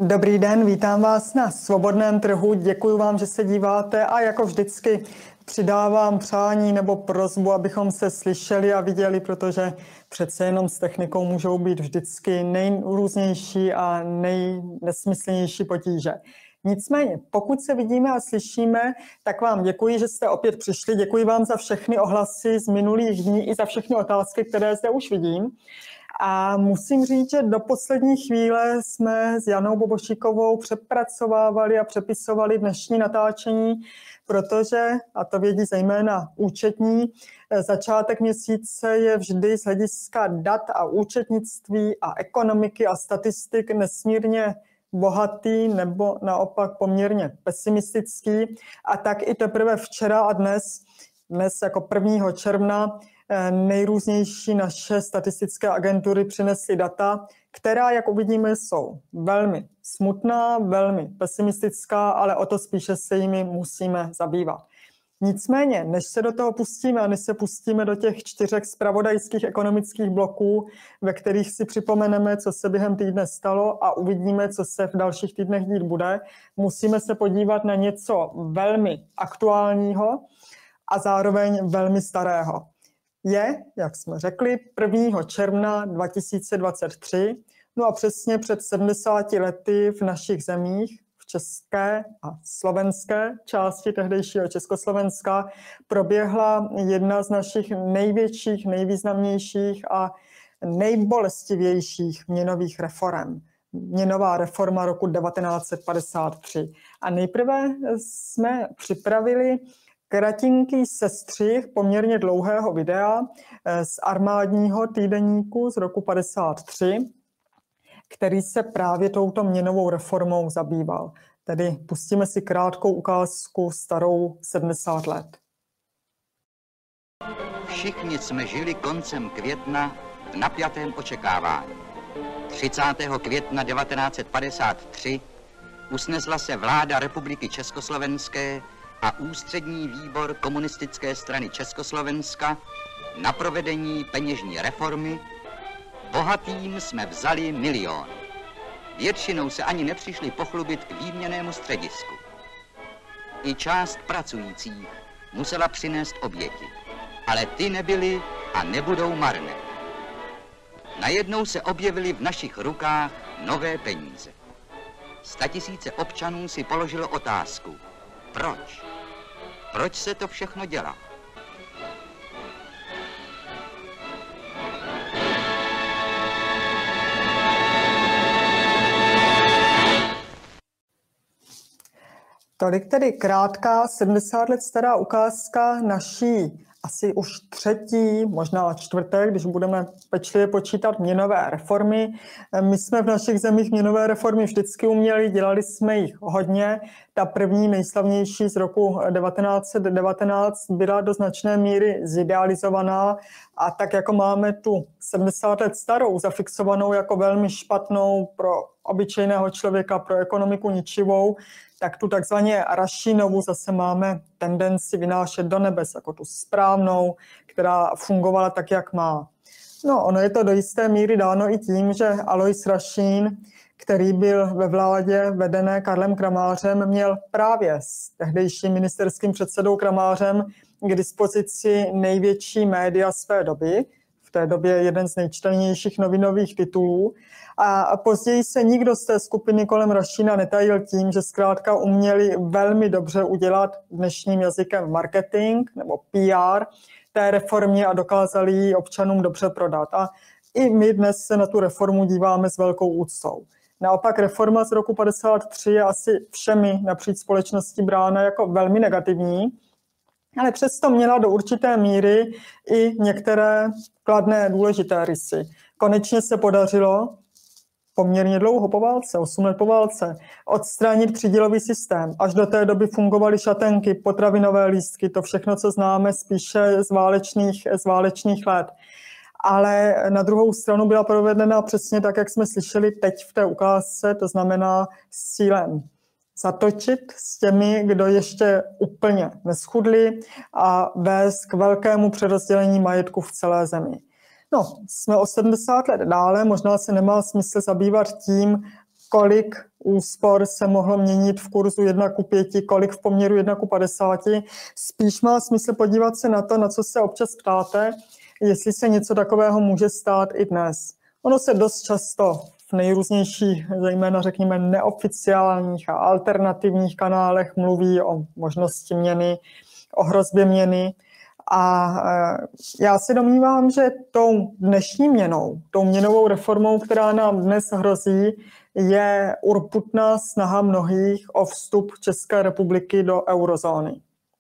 Dobrý den, vítám vás na Svobodném trhu. Děkuji vám, že se díváte a jako vždycky přidávám přání nebo prosbu, abychom se slyšeli a viděli, protože přece jenom s technikou můžou být vždycky nejrůznější a nejnesmyslnější potíže. Nicméně, pokud se vidíme a slyšíme, tak vám děkuji, že jste opět přišli. Děkuji vám za všechny ohlasy z minulých dní i za všechny otázky, které zde už vidím. A musím říct, že do poslední chvíle jsme s Janou Bobošíkovou přepracovávali a přepisovali dnešní natáčení, protože, a to vědí zejména účetní, začátek měsíce je vždy z hlediska dat a účetnictví a ekonomiky a statistik nesmírně bohatý nebo naopak poměrně pesimistický. A tak i teprve včera a dnes jako 1. června, nejrůznější naše statistické agentury přinesly data, která, jak uvidíme, jsou velmi smutná, velmi pesimistická, ale o to spíše se jimi musíme zabývat. Nicméně, než se do toho pustíme a než se pustíme do těch 4 zpravodajských ekonomických bloků, ve kterých si připomeneme, co se během týdne stalo a uvidíme, co se v dalších týdnech dít bude, musíme se podívat na něco velmi aktuálního a zároveň velmi starého. Je, jak jsme řekli, 1. června 2023, no a přesně před 70 lety v našich zemích, v české a slovenské části tehdejšího Československa, proběhla jedna z našich největších, nejvýznamnějších a nejbolestivějších měnových reforem. Měnová reforma roku 1953. A nejprve jsme připravili kratinký sestřih poměrně dlouhého videa z armádního týdeníku z roku 1953, který se právě touto měnovou reformou zabýval. Tedy pustíme si krátkou ukázku starou 70 let. Všichni jsme žili koncem května v napjatém očekávání. 30. května 1953 usnesla se vláda Republiky Československé a Ústřední výbor Komunistické strany Československa na provedení peněžní reformy. Bohatým jsme vzali 1 000 000. Většinou se ani nepřišli pochlubit k výměnnému středisku. I část pracujících musela přinést oběti, ale ty nebyly a nebudou marné. Najednou se objevily v našich rukách nové peníze. 100 000 občanů si položilo otázku: proč? Proč se to všechno dělá? Tolik tedy krátká 70 let stará ukázka naší asi už 3., možná 4., když budeme pečlivě počítat měnové reformy. My jsme v našich zemích měnové reformy vždycky uměli, dělali jsme jich hodně. Ta první nejslavnější z roku 1919 byla do značné míry zidealizovaná a tak jako máme tu 70 let starou zafixovanou jako velmi špatnou pro obyčejného člověka, pro ekonomiku ničivou, tak tu takzvaně Rašínovu zase máme tendenci vynášet do nebes jako tu správnou, která fungovala tak, jak má. No, ono je to do jisté míry dáno i tím, že Alois Rašín, který byl ve vládě vedené Karlem Kramářem, měl právě s tehdejším ministerským předsedou Kramářem k dispozici největší média své doby, v té době jeden z nejčtenějších novinových titulů. A později se nikdo z té skupiny kolem Rašína netajil tím, že zkrátka uměli velmi dobře udělat dnešním jazykem marketing nebo PR té reformě a dokázali ji občanům dobře prodat. A i my dnes se na tu reformu díváme s velkou úctou. Naopak reforma z roku 1953 je asi všemi napříč společností brána jako velmi negativní, ale přesto měla do určité míry i některé kladné důležité rysy. Konečně se podařilo poměrně dlouho po válce, 8 let po válce, odstranit přídělový systém. Až do té doby fungovaly šatenky, potravinové lístky, to všechno, co známe spíše z válečných let. Ale na druhou stranu byla provedena přesně tak, jak jsme slyšeli teď v té ukázce, to znamená s cílem zatočit s těmi, kdo ještě úplně neschudli a vést k velkému přerozdělení majetku v celé zemi. No, jsme o 70 let dále, možná se nemá smysl zabývat tím, kolik úspor se mohlo měnit v kurzu 1:5, kolik v poměru 1:50. Spíš má smysl podívat se na to, na co se občas ptáte, jestli se něco takového může stát i dnes. Ono se dost často v nejrůznějších, zejména řekněme neoficiálních a alternativních kanálech mluví o možnosti měny, o hrozbě měny. A já si domnívám, že tou dnešní měnou, tou měnovou reformou, která nám dnes hrozí, je urputná snaha mnohých o vstup České republiky do eurozóny.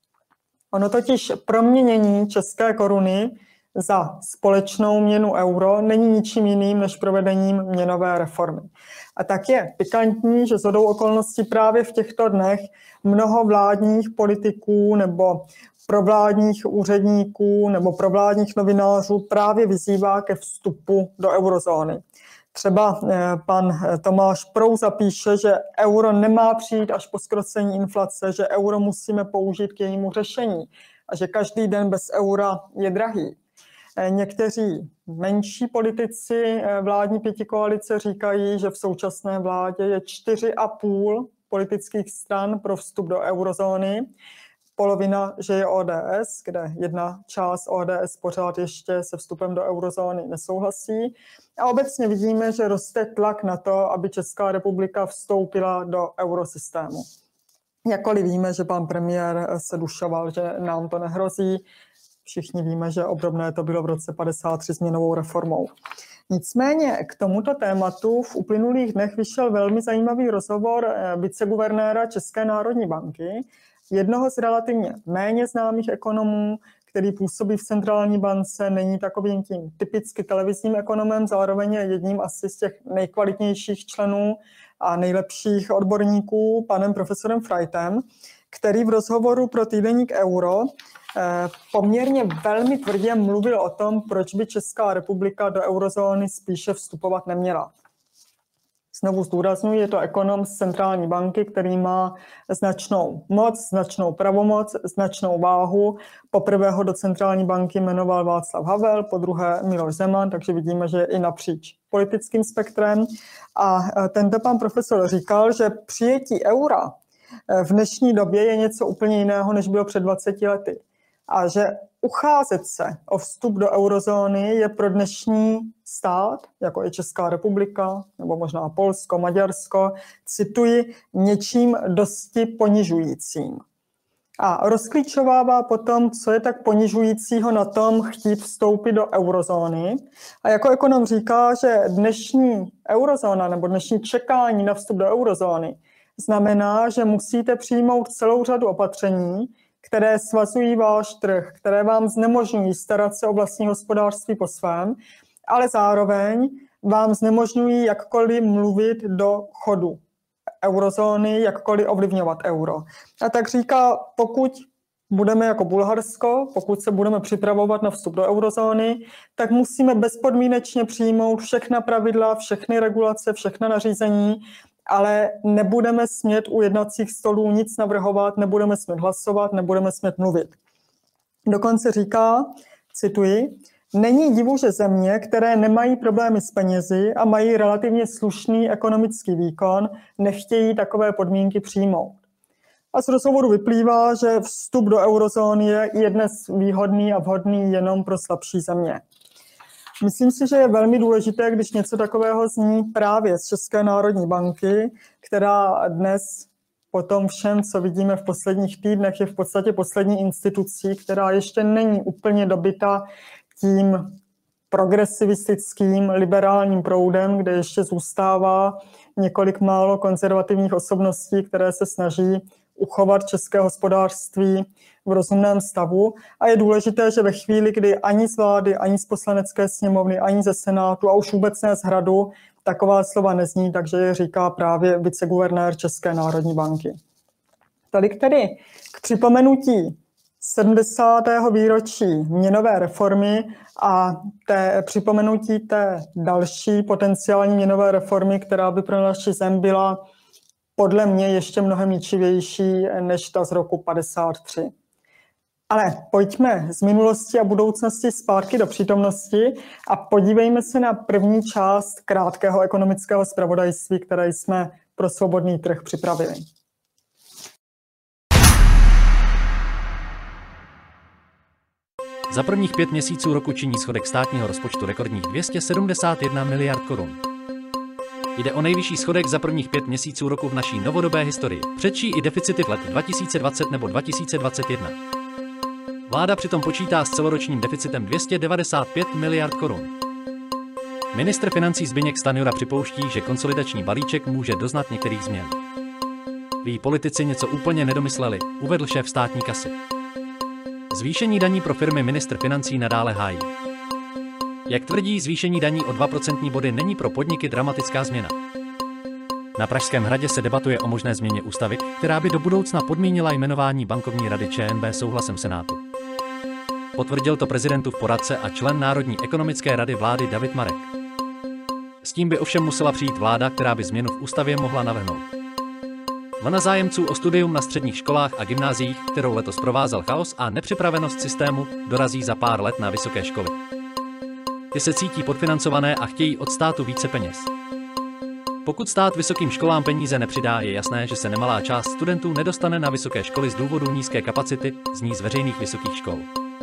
Ono totiž proměnění české koruny za společnou měnu euro není ničím jiným než provedením měnové reformy. A tak je pikantní, že shodou okolností právě v těchto dnech mnoho vládních politiků nebo provládních úředníků nebo provládních novinářů právě vyzývá ke vstupu do eurozóny. Třeba pan Tomáš Prouza píše, že euro nemá přijít až po zkrocení inflace, že euro musíme použít k jejímu řešení a že každý den bez eura je drahý. Někteří menší politici vládní pětikoalice říkají, že v současné vládě je 4,5 politických stran pro vstup do eurozóny. Polovina, že je ODS, kde jedna část ODS pořád ještě se vstupem do eurozóny nesouhlasí. A obecně vidíme, že roste tlak na to, aby Česká republika vstoupila do eurosystému. Jakkoliv víme, že pan premiér se dušoval, že nám to nehrozí, všichni víme, že obdobné to bylo v roce 1953 s měnovou reformou. Nicméně k tomuto tématu v uplynulých dnech vyšel velmi zajímavý rozhovor viceguvernéra České národní banky, jednoho z relativně méně známých ekonomů, který působí v centrální bance, není takovým tím typicky televizním ekonomem, zároveň je jedním asi z těch nejkvalitnějších členů a nejlepších odborníků, panem profesorem Frajtem, který v rozhovoru pro týdeník Euro poměrně velmi tvrdě mluvil o tom, proč by Česká republika do eurozóny spíše vstupovat neměla. Znovu zdůraznuju, je to ekonom z centrální banky, který má značnou moc, značnou pravomoc, značnou váhu. Poprvé ho do centrální banky jmenoval Václav Havel, podruhé Miloš Zeman, takže vidíme, že je i napříč politickým spektrem. A tento pan profesor říkal, že přijetí eura v dnešní době je něco úplně jiného, než bylo před 20 lety. A že ucházet se o vstup do eurozóny je pro dnešní stát, jako je Česká republika, nebo možná Polsko, Maďarsko, cituji, něčím dosti ponižujícím. A rozklíčovává potom, co je tak ponižujícího na tom chtít vstoupit do eurozóny. A jako ekonom říká, že dnešní eurozóna nebo dnešní čekání na vstup do eurozóny znamená, že musíte přijmout celou řadu opatření, které svazují váš trh, které vám znemožňují starat se o vlastní hospodářství po svém, ale zároveň vám znemožňují jakkoliv mluvit do chodu eurozóny, jakkoliv ovlivňovat euro. A tak říká, pokud budeme jako Bulharsko, pokud se budeme připravovat na vstup do eurozóny, tak musíme bezpodmínečně přijmout všechna pravidla, všechny regulace, všechna nařízení, ale nebudeme smět u jednacích stolů nic navrhovat, nebudeme smět hlasovat, nebudeme smět mluvit. Dokonce říká, cituji, není divu, že země, které nemají problémy s penězi a mají relativně slušný ekonomický výkon, nechtějí takové podmínky přijmout. A z rozhovoru vyplývá, že vstup do eurozóny je dnes výhodný a vhodný jenom pro slabší země. Myslím si, že je velmi důležité, když něco takového zní právě z České národní banky, která dnes po tom všem, co vidíme v posledních týdnech, je v podstatě poslední institucí, která ještě není úplně dobyta tím progresivistickým liberálním proudem, kde ještě zůstává několik málo konzervativních osobností, které se snaží uchovat české hospodářství v rozumném stavu. A je důležité, že ve chvíli, kdy ani z vlády, ani z poslanecké sněmovny, ani ze Senátu a už vůbec ne z Hradu taková slova nezní, takže je říká právě viceguvernér České národní banky. Tolik tedy k připomenutí 70. výročí měnové reformy a připomenutí té další potenciální měnové reformy, která by pro naši zem byla podle mě ještě mnohem ničivější než ta z roku 1953. Ale pojďme z minulosti a budoucnosti zpátky do přítomnosti a podívejme se na první část krátkého ekonomického zpravodajství, které jsme pro Svobodný trh připravili. Za prvních 5 měsíců roku činí schodek státního rozpočtu rekordních 271 miliard korun. Jde o nejvyšší schodek za prvních 5 měsíců roku v naší novodobé historii. Předčí i deficity v letech 2020 nebo 2021. Vláda přitom počítá s celoročním deficitem 295 miliard korun. Ministr financí Zbyněk Stanjura připouští, že konsolidační balíček může doznat některých změn. Ví politici něco úplně nedomysleli, uvedl šéf státní kasy. Zvýšení daní pro firmy ministr financí nadále hájí. Jak tvrdí, zvýšení daní o 2% body není pro podniky dramatická změna. Na Pražském hradě se debatuje o možné změně ústavy, která by do budoucna podmínila jmenování bankovní rady ČNB souhlasem Senátu. Potvrdil to prezidentův poradce a člen Národní ekonomické rady vlády David Marek. S tím by ovšem musela přijít vláda, která by změnu v ústavě mohla navrhnout. Vlna zájemců o studium na středních školách a gymnáziích, kterou letos provázel chaos a nepřipravenost systému, dorazí za pár let na vysoké školy. Ty se cítí podfinancované a chtějí od státu více peněz. Pokud stát vysokým školám peníze nepřidá, je jasné, že se nemalá část studentů nedostane na vysoké školy z důvodu nízké kapacity, zní z veřejných vysokých škol.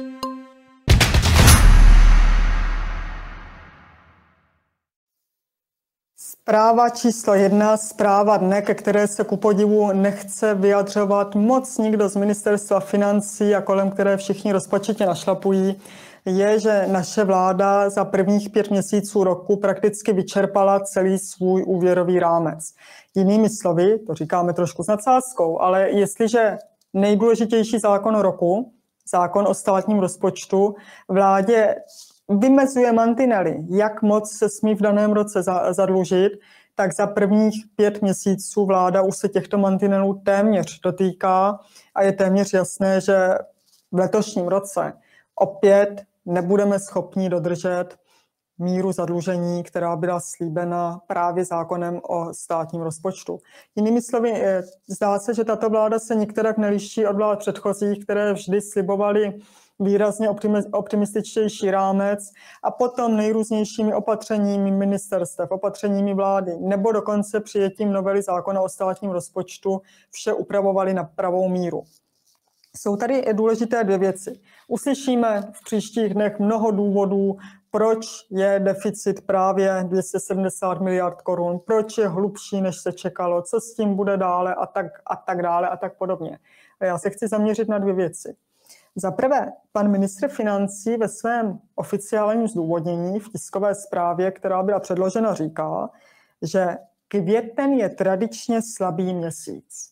Zpráva číslo 1, zpráva dne, ke které se ku podivu nechce vyjadřovat moc nikdo z ministerstva financí a kolem které všichni rozpačitě našlapují, je, že naše vláda za prvních 5 měsíců roku prakticky vyčerpala celý svůj úvěrový rámec. Jinými slovy, to říkáme trošku s nadsázkou, ale jestliže nejdůležitější zákon roku, zákon o státním rozpočtu, vládě vymezuje mantinely, jak moc se smí v daném roce zadlužit, tak za prvních 5 měsíců vláda už se těchto mantinelů téměř dotýká a je téměř jasné, že v letošním roce opět nebudeme schopni dodržet míru zadlužení, která byla slíbena právě zákonem o státním rozpočtu. Jinými slovy, zdá se, že tato vláda se některak neliší od vlád předchozích, které vždy slibovaly výrazně optimističtější rámec a potom nejrůznějšími opatřeními ministerstev, opatřeními vlády nebo dokonce přijetím novely zákona o státním rozpočtu vše upravovali na pravou míru. Jsou tady důležité 2 věci. Uslyšíme v příštích dnech mnoho důvodů, proč je deficit právě 270 miliard korun, proč je hlubší, než se čekalo, co s tím bude dále a tak dále a tak podobně. A já se chci zaměřit na 2 věci. Za prvé, pan ministr financí ve svém oficiálním zdůvodnění v tiskové zprávě, která byla předložena, říká, že květen je tradičně slabý měsíc.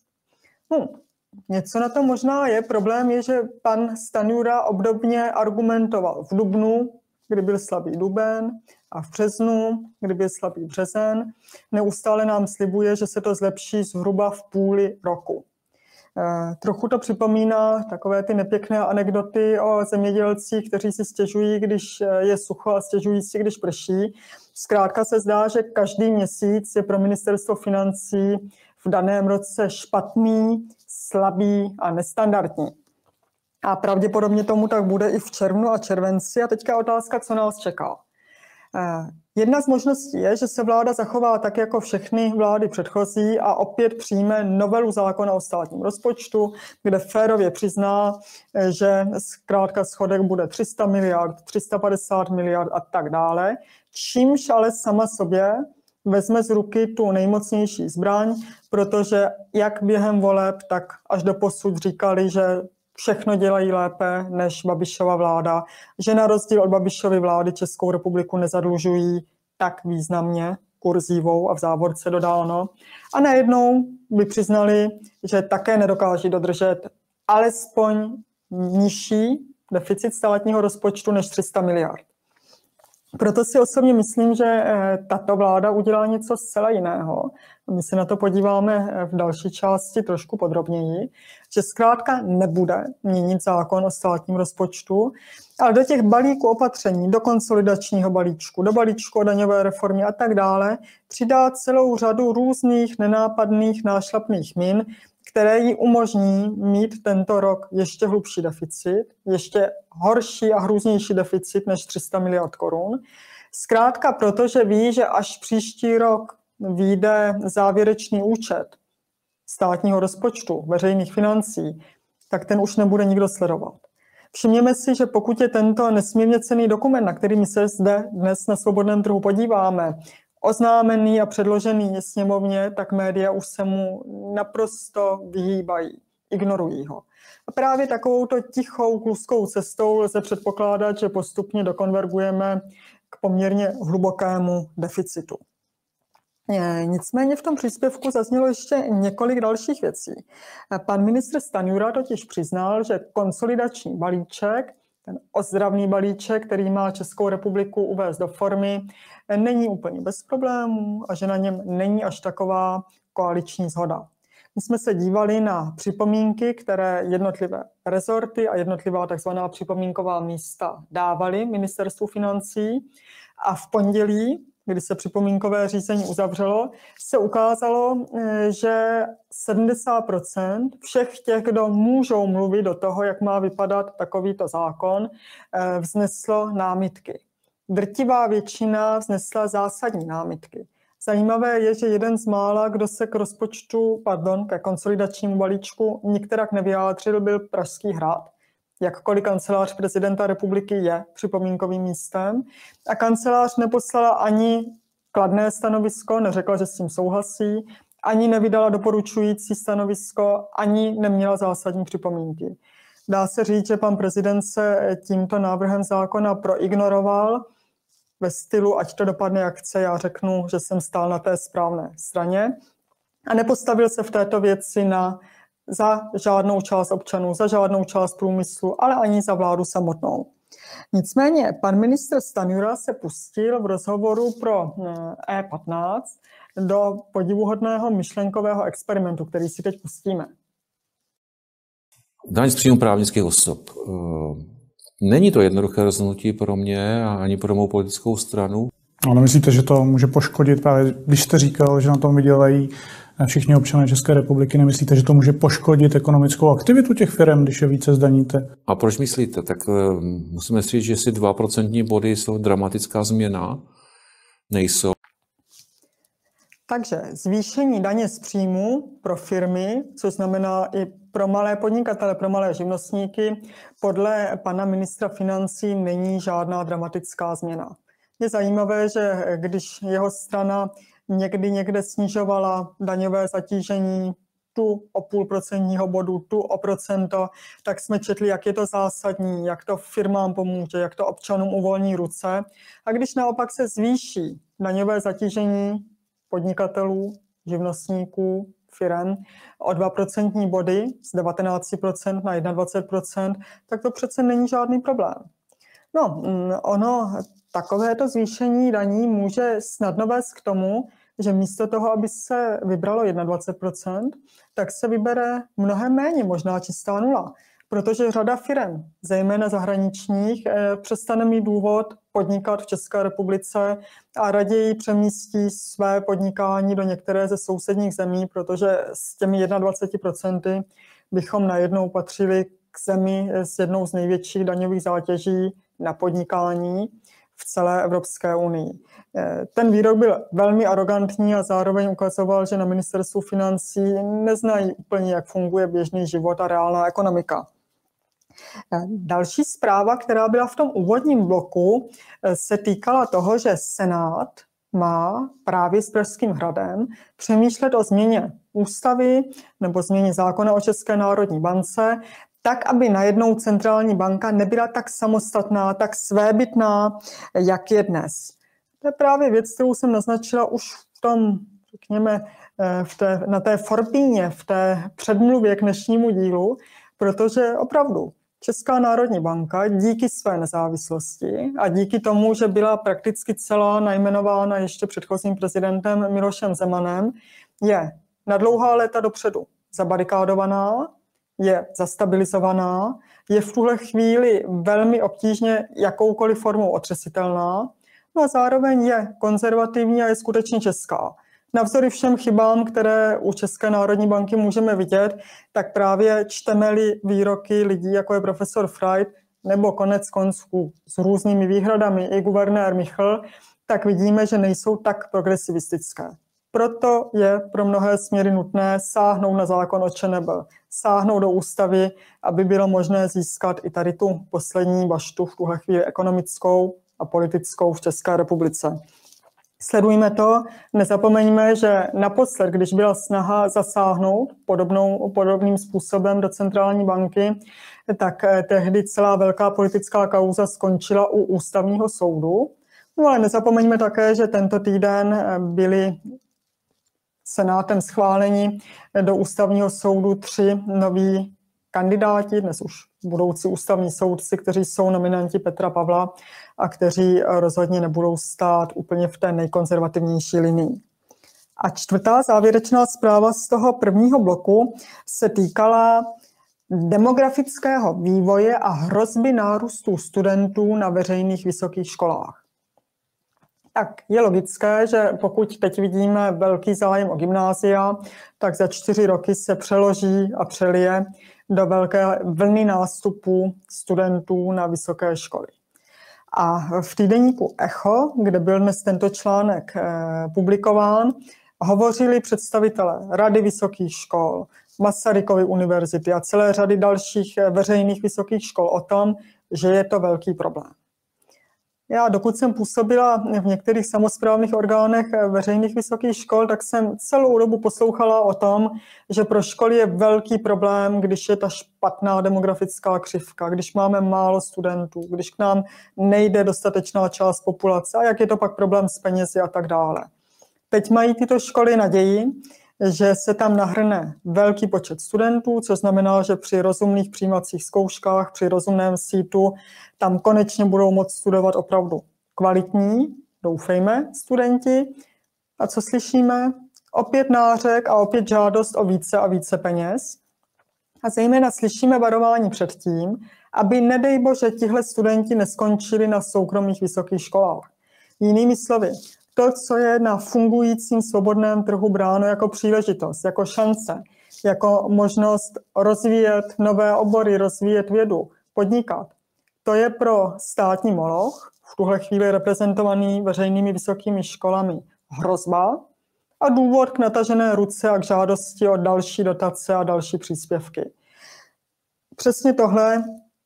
Něco na to možná je. Problém je, že pan Stanjura obdobně argumentoval v dubnu, kdy byl slabý duben, a v březnu, kdy byl slabý březen. Neustále nám slibuje, že se to zlepší zhruba v půli roku. Trochu to připomíná takové ty nepěkné anekdoty o zemědělcích, kteří si stěžují, když je sucho, a stěžují si, když prší. Zkrátka se zdá, že každý měsíc je pro ministerstvo financí v daném roce špatný, slabý a nestandardní. A pravděpodobně tomu tak bude i v červnu a červenci. A teďka otázka, co nás čeká. Jedna z možností je, že se vláda zachová tak jako všechny vlády předchozí a opět přijme novelu zákona o státním rozpočtu, kde férově přizná, že zkrátka schodek bude 300 miliard, 350 miliard a tak dále, čímž ale sama sobě vezme z ruky tu nejmocnější zbraň, protože jak během voleb, tak až doposud říkali, že všechno dělají lépe než Babišova vláda, že na rozdíl od Babišovy vlády Českou republiku nezadlužují tak významně, kurzívou a v závorce dodáno. A najednou by přiznali, že také nedokáží dodržet alespoň nižší deficit státního rozpočtu než 300 miliard. Proto si osobně myslím, že tato vláda udělá něco zcela jiného. My se na to podíváme v další části trošku podrobněji, že zkrátka nebude měnit zákon o státním rozpočtu, ale do těch balíků opatření, do konsolidačního balíčku, do balíčku o daňové reformě a tak dále, přidá celou řadu různých nenápadných nášlapných min, které jí umožní mít tento rok ještě hlubší deficit, ještě horší a hrůznější deficit než 300 miliard korun. Zkrátka protože ví, že až příští rok vyjde závěrečný účet státního rozpočtu, veřejných financí, tak ten už nebude nikdo sledovat. Všimněme si, že pokud je tento nesmírně cenný dokument, na který my se zde dnes na Svobodném trhu podíváme, oznámený a předložený sněmovně, tak média už se mu naprosto vyhýbají, ignorují ho. A právě takovouto tichou, kluskou cestou lze předpokládat, že postupně dokonvergujeme k poměrně hlubokému deficitu. Nicméně v tom příspěvku zaznělo ještě několik dalších věcí. Pan ministr Stanjura totiž přiznal, že konsolidační balíček, ten ozdravný balíček, který má Českou republiku uvést do formy, není úplně bez problémů a že na něm není až taková koaliční shoda. My jsme se dívali na připomínky, které jednotlivé rezorty a jednotlivá takzvaná připomínková místa dávaly ministerstvu financí a v pondělí, kdy se připomínkové řízení uzavřelo, se ukázalo, že 70% všech těch, kdo můžou mluvit do toho, jak má vypadat takovýto zákon, vzneslo námitky. Drtivá většina vznesla zásadní námitky. Zajímavé je, že jeden z mála, kdo se ke konsolidačnímu balíčku nikterak nevyjádřil, byl Pražský hrad. Jakkoliv kancelář prezidenta republiky je připomínkovým místem. A kancelář neposlala ani kladné stanovisko, neřekla, že s tím souhlasí, ani nevydala doporučující stanovisko, ani neměla zásadní připomínky. Dá se říct, že pan prezident se tímto návrhem zákona proignoroval ve stylu, ať to dopadne jak chce, já řeknu, že jsem stál na té správné straně a nepostavil se v této věci za žádnou část občanů, za žádnou část průmyslu, ale ani za vládu samotnou. Nicméně pan ministr Stanjura se pustil v rozhovoru pro E15 do podivuhodného myšlenkového experimentu, který si teď pustíme. Daň z příjmu právnických osob. Není to jednoduché rozhodnutí pro mě a ani pro mou politickou stranu. Ale myslíte, že to může poškodit právě, když jste říkal, že na tom vydělají všichni občané České republiky, nemyslíte, že to může poškodit ekonomickou aktivitu těch firm, když je více zdaníte? A proč myslíte? Tak musíme říct, že si 2% body jsou dramatická změna. Nejsou. Takže zvýšení daně z příjmu pro firmy, což znamená i pro malé podnikatele, pro malé živnostníky, podle pana ministra financí není žádná dramatická změna. Je zajímavé, že když jeho strana někde snižovala daňové zatížení tu o 0,5% bodu, tu o procento, tak jsme četli, jak je to zásadní, jak to firmám pomůže, jak to občanům uvolní ruce. A když naopak se zvýší daňové zatížení podnikatelů, živnostníků, firem o 2% body z 19% na 21%, tak to přece není žádný problém. No, takovéto zvýšení daní může snadno vést k tomu, že místo toho, aby se vybralo 21%, tak se vybere mnohem méně, možná čistá nula. Protože řada firem, zejména zahraničních, přestane mít důvod podnikat v České republice a raději přemístí své podnikání do některé ze sousedních zemí, protože s těmi 21% bychom najednou patřili k zemi s jednou z největších daňových zátěží na podnikání v celé Evropské unii. Ten výrok byl velmi arrogantní a zároveň ukazoval, že na ministerstvu financí neznají úplně, jak funguje běžný život a reálná ekonomika. Další zpráva, která byla v tom úvodním bloku, se týkala toho, že Senát má právě s Pražským hradem přemýšlet o změně ústavy nebo změně zákona o České národní bance, tak, aby najednou centrální banka nebyla tak samostatná, tak svébytná, jak je dnes. To je právě věc, kterou jsem naznačila už v tom, řekněme, na té forbíně, v té předmluvě k dnešnímu dílu, protože opravdu Česká národní banka díky své nezávislosti a díky tomu, že byla prakticky celá najmenována ještě předchozím prezidentem Milošem Zemanem, je na dlouhá léta dopředu zabarikádovaná, je zastabilizovaná, je v tuhle chvíli velmi obtížně jakoukoliv formou otřesitelná, no a zároveň je konzervativní a je skutečně česká. Navzdory všem chybám, které u České národní banky můžeme vidět, tak právě čteme-li výroky lidí, jako je profesor Freud, nebo konec konců s různými výhradami i guvernér Michl, tak vidíme, že nejsou tak progresivistické. Proto je pro mnohé směry nutné sáhnout na zákon o ČNB, sáhnout do ústavy, aby bylo možné získat i tady tu poslední baštu v tuhle chvíli ekonomickou a politickou v České republice. Sledujme to, nezapomeňme, že naposled, když byla snaha zasáhnout podobným způsobem do centrální banky, tak tehdy celá velká politická kauza skončila u ústavního soudu. No ale nezapomeňme také, že tento týden byli senátem schváleni do ústavního soudu 3 noví kandidáti, dnes už budoucí ústavní soudci, kteří jsou nominanti Petra Pavla a kteří rozhodně nebudou stát úplně v té nejkonzervativnější linii. A 4. závěrečná zpráva z toho prvního bloku se týkala demografického vývoje a hrozby nárůstu studentů na veřejných vysokých školách. Tak je logické, že pokud teď vidíme velký zájem o gymnázia, tak za 4 roky se přeloží a přelije do velké vlny nástupu studentů na vysoké školy. A v týdeníku Echo, kde byl dnes tento článek publikován, hovořili představitelé Rady vysokých škol, Masarykovy univerzity a celé řady dalších veřejných vysokých škol o tom, že je to velký problém. Já, dokud jsem působila v některých samosprávných orgánech veřejných vysokých škol, tak jsem celou dobu poslouchala o tom, že pro školy je velký problém, když je ta špatná demografická křivka, když máme málo studentů, když k nám nejde dostatečná část populace a jak je to pak problém s penězi a tak dále. Teď mají tyto školy naději, že se tam nahrne velký počet studentů, což znamená, že při rozumných přijímacích zkouškách, při rozumném sítu, tam konečně budou moct studovat opravdu kvalitní, doufejme, studenti. A co slyšíme? Opět nářek a opět žádost o více a více peněz. A zejména slyšíme varování před tím, aby nedej bože tihle studenti neskončili na soukromých vysokých školách. Jinými slovy, to, co je na fungujícím svobodném trhu bráno jako příležitost, jako šance, jako možnost rozvíjet nové obory, rozvíjet vědu, podnikat, to je pro státní moloch, v tuhle chvíli reprezentovaný veřejnými vysokými školami, hrozba a důvod k natažené ruce a k žádosti o další dotace a další příspěvky. Přesně tohle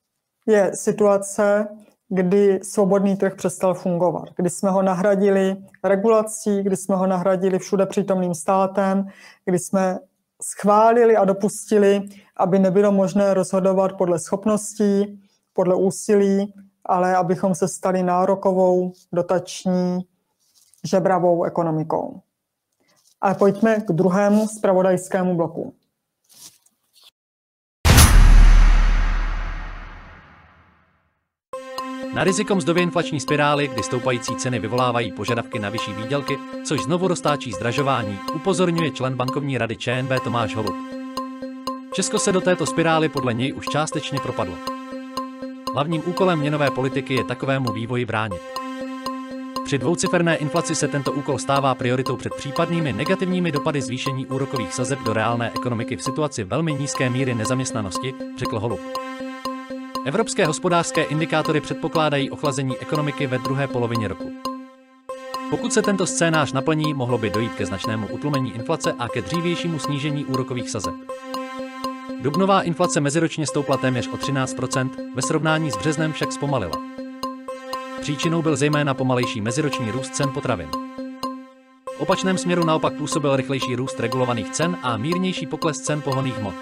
je situace, kdy svobodný trh přestal fungovat, kdy jsme ho nahradili regulací, kdy jsme ho nahradili všude přítomným státem, kdy jsme schválili a dopustili, aby nebylo možné rozhodovat podle schopností, podle úsilí, ale abychom se stali nárokovou, dotační, žebravou ekonomikou. Ale pojďme k druhému zpravodajskému bloku. Na riziko mzdově inflační spirály, kdy stoupající ceny vyvolávají požadavky na vyšší výdělky, což znovu roztáčí zdražování, upozorňuje člen bankovní rady ČNB Tomáš Holub. Česko se do této spirály podle něj už částečně propadlo. Hlavním úkolem měnové politiky je takovému vývoji bránit. Při dvouciferné inflaci se tento úkol stává prioritou před případnými negativními dopady zvýšení úrokových sazeb do reálné ekonomiky v situaci velmi nízké míry nezaměstnanosti, řekl Holub. Evropské hospodářské indikátory předpokládají ochlazení ekonomiky ve druhé polovině roku. Pokud se tento scénář naplní, mohlo by dojít ke značnému utlumení inflace a ke dřívějšímu snížení úrokových sazeb. Dubnová inflace meziročně stoupla téměř o 13%, ve srovnání s březnem však zpomalila. Příčinou byl zejména pomalejší meziroční růst cen potravin. V opačném směru naopak působil rychlejší růst regulovaných cen a mírnější pokles cen pohonných hmot.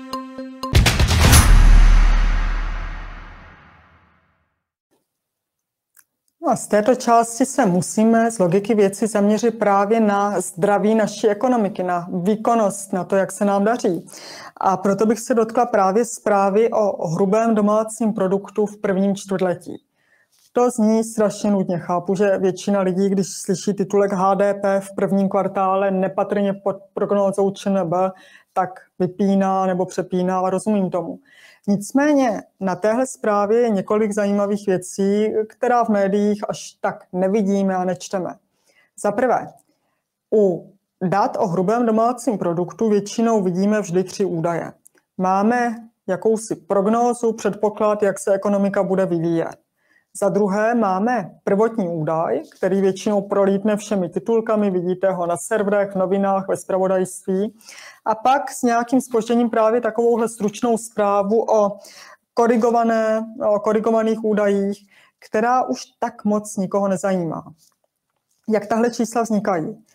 A z této části se musíme z logiky věci zaměřit právě na zdraví naší ekonomiky, na výkonnost, na to, jak se nám daří. A proto bych se dotkla právě zprávy o hrubém domácím produktu v prvním čtvrtletí. To zní strašně nudně. Chápu, že většina lidí, když slyší titulek HDP v prvním kvartále nepatrně pod prognózou ČNB, tak vypíná nebo přepíná a rozumím tomu. Nicméně na téhle zprávě je několik zajímavých věcí, která v médiích až tak nevidíme a nečteme. Za prvé, u dat o hrubém domácím produktu většinou vidíme vždy 3 údaje. Máme jakousi prognózu, předpoklad, jak se ekonomika bude vyvíjet. Za druhé máme prvotní údaj, který většinou prolítne všemi titulkami, vidíte ho na serverech, v novinách, ve zpravodajství. A pak s nějakým zpožděním právě takovouhle stručnou zprávu o korigovaných údajích, která už tak moc nikoho nezajímá. Jak tahle čísla vznikají?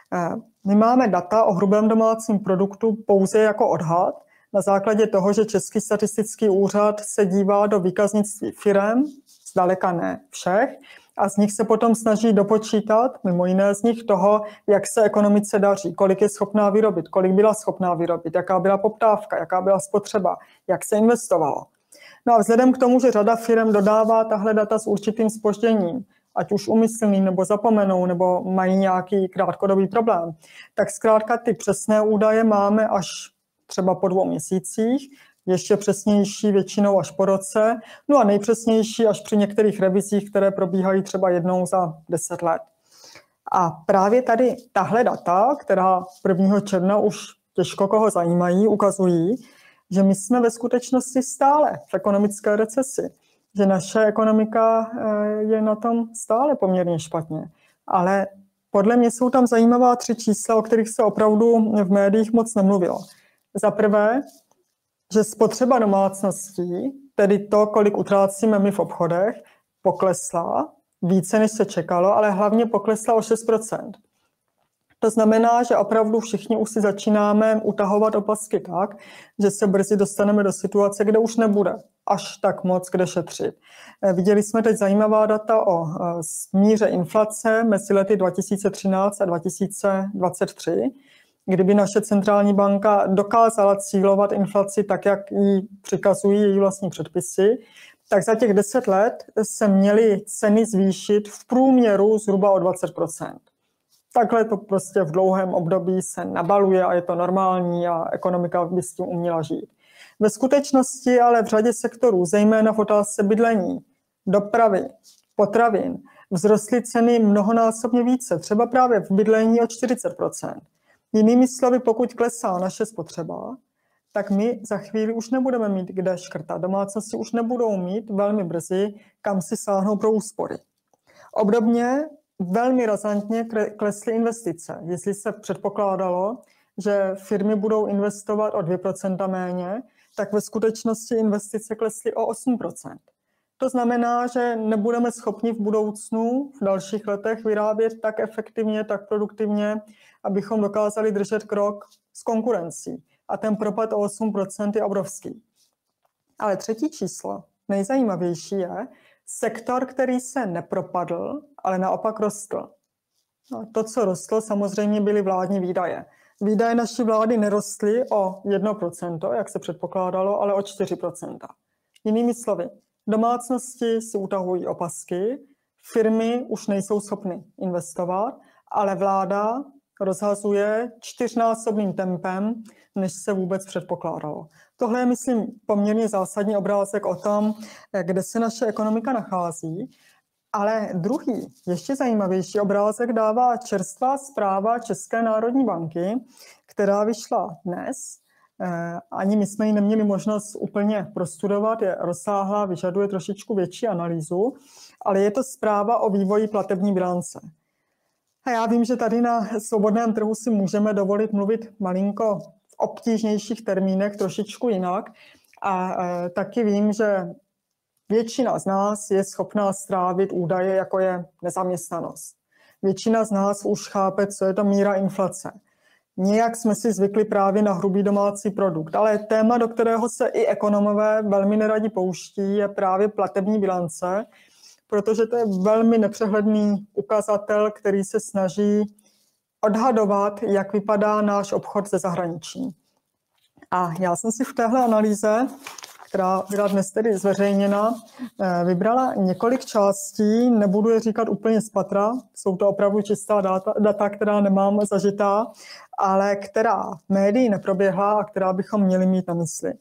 My máme data o hrubém domácím produktu pouze jako odhad, na základě toho, že Český statistický úřad se dívá do výkaznictví firem, zdaleka ne všech, a z nich se potom snaží dopočítat, mimo jiné z nich toho, jak se ekonomice daří, kolik je schopná vyrobit, kolik byla schopná vyrobit, jaká byla poptávka, jaká byla spotřeba, jak se investovalo. No a vzhledem k tomu, že řada firem dodává tahle data s určitým zpožděním, ať už úmyslným, nebo zapomenou, nebo mají nějaký krátkodobý problém, tak zkrátka ty přesné údaje máme až třeba po 2 měsících, ještě přesnější většinou až po roce, no a nejpřesnější až při některých revizích, které probíhají třeba jednou za 10 let. A právě tady tahle data, která 1. června už těžko koho zajímají, ukazují, že my jsme ve skutečnosti stále v ekonomické recesi, že naše ekonomika je na tom stále poměrně špatně. Ale podle mě jsou tam zajímavá 3 čísla, o kterých se opravdu v médiích moc nemluvilo. Za prvé, že spotřeba domácností, tedy to, kolik utrácíme my v obchodech, poklesla více, než se čekalo, ale hlavně poklesla o 6%. To znamená, že opravdu všichni už si začínáme utahovat opasky tak, že se brzy dostaneme do situace, kde už nebude až tak moc kde šetřit. Viděli jsme teď zajímavá data o míře inflace mezi lety 2013 a 2023, kdyby naše centrální banka dokázala cílovat inflaci tak, jak jí přikazují její vlastní předpisy, tak za těch 10 let se měly ceny zvýšit v průměru zhruba o 20%. Takhle to prostě v dlouhém období se nabaluje a je to normální a ekonomika by s tím uměla žít. Ve skutečnosti ale v řadě sektorů, zejména v otázce bydlení, dopravy, potravin, vzrostly ceny mnohonásobně více, třeba právě v bydlení o 40%. Jinými slovy, pokud klesá naše spotřeba, tak my za chvíli už nebudeme mít kde škrtat. Domácnosti už nebudou mít velmi brzy, kam si sáhnou pro úspory. Obdobně velmi razantně klesly investice. Jestli se předpokládalo, že firmy budou investovat o 2% méně, tak ve skutečnosti investice klesly o 8%. To znamená, že nebudeme schopni v budoucnu, v dalších letech vyrábět tak efektivně, tak produktivně, abychom dokázali držet krok s konkurencí. A ten propad o 8% je obrovský. Ale 3. číslo, nejzajímavější je sektor, který se nepropadl, ale naopak rostl. No, to, co rostlo, samozřejmě byly vládní výdaje. Výdaje naší vlády nerostly o 1%, jak se předpokládalo, ale o 4%. Jinými slovy, domácnosti si utahují opasky, firmy už nejsou schopny investovat, ale vláda rozhazuje 4násobným tempem, než se vůbec předpokládalo. Tohle je, myslím, poměrně zásadní obrázek o tom, kde se naše ekonomika nachází. Ale druhý, ještě zajímavější obrázek dává čerstvá zpráva České národní banky, která vyšla dnes. Ani my jsme ji neměli možnost úplně prostudovat, je rozsáhlá, vyžaduje trošičku větší analýzu, ale je to zpráva o vývoji platební bilance. A já vím, že tady na svobodném trhu si můžeme dovolit mluvit malinko v obtížnějších termínech, trošičku jinak. A taky vím, že většina z nás je schopná strávit údaje, jako je nezaměstnanost. Většina z nás už chápe, co je to míra inflace. Nějak jsme si zvykli právě na hrubý domácí produkt, ale téma, do kterého se i ekonomové velmi neradi pouští, je právě platební bilance, protože to je velmi nepřehledný ukazatel, který se snaží odhadovat, jak vypadá náš obchod se zahraničím. A já jsem si v téhle analýze, která byla dnes tedy zveřejněna, vybrala několik částí, nebudu je říkat úplně z patra, jsou to opravdu čistá data, která nemám zažitá, ale která médií neproběhla a která bychom měli mít na mysli.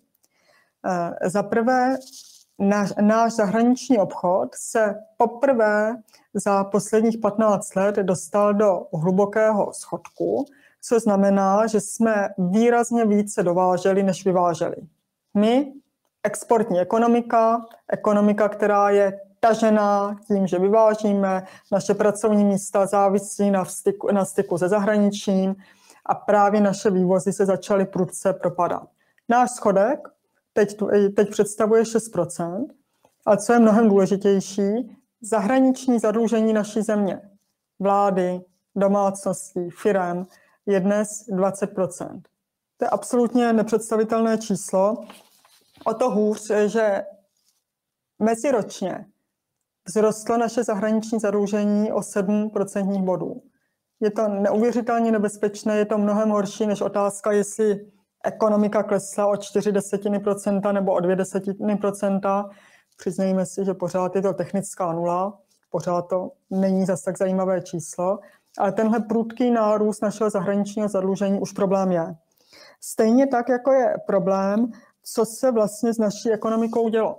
Za prvé, náš zahraniční obchod se poprvé za posledních 15 let dostal do hlubokého schodku, co znamená, že jsme výrazně více dováželi, než vyváželi. My, exportní ekonomika, která je tažená tím, že vyvážíme, naše pracovní místa závisí na styku se zahraničím a právě naše vývozy se začaly prudce propadat. Náš schodek teď představuje 6%, ale co je mnohem důležitější, zahraniční zadlužení naší země, vlády, domácností, firem, je dnes 20%. To je absolutně nepředstavitelné číslo. O to hůř, že meziročně vzrostlo naše zahraniční zadlužení o 7% bodů. Je to neuvěřitelně nebezpečné, je to mnohem horší než otázka, jestli ekonomika klesla o 0,4% nebo o 0,2%. Přiznejme si, že pořád je to technická nula, pořád to není zas tak zajímavé číslo, ale tenhle prudký nárůst našeho zahraničního zadlužení už problém je. Stejně tak, jako je problém, co se vlastně s naší ekonomikou dělo.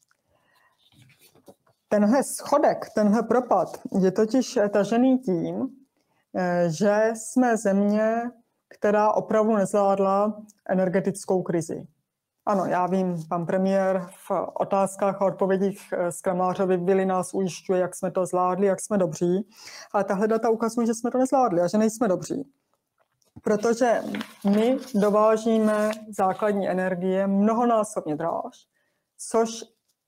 Tenhle schodek, tenhle propad je totiž tažený tím, že jsme země, která opravdu nezvládla energetickou krizi. Ano, já vím, pan premiér v otázkách a odpovědích z Kramářovy byli nás ujišťuje, jak jsme to zvládli, jak jsme dobří, ale tahle data ukazují, že jsme to nezvládli a že nejsme dobří. Protože my dovážíme základní energie mnohonásobně dráž, což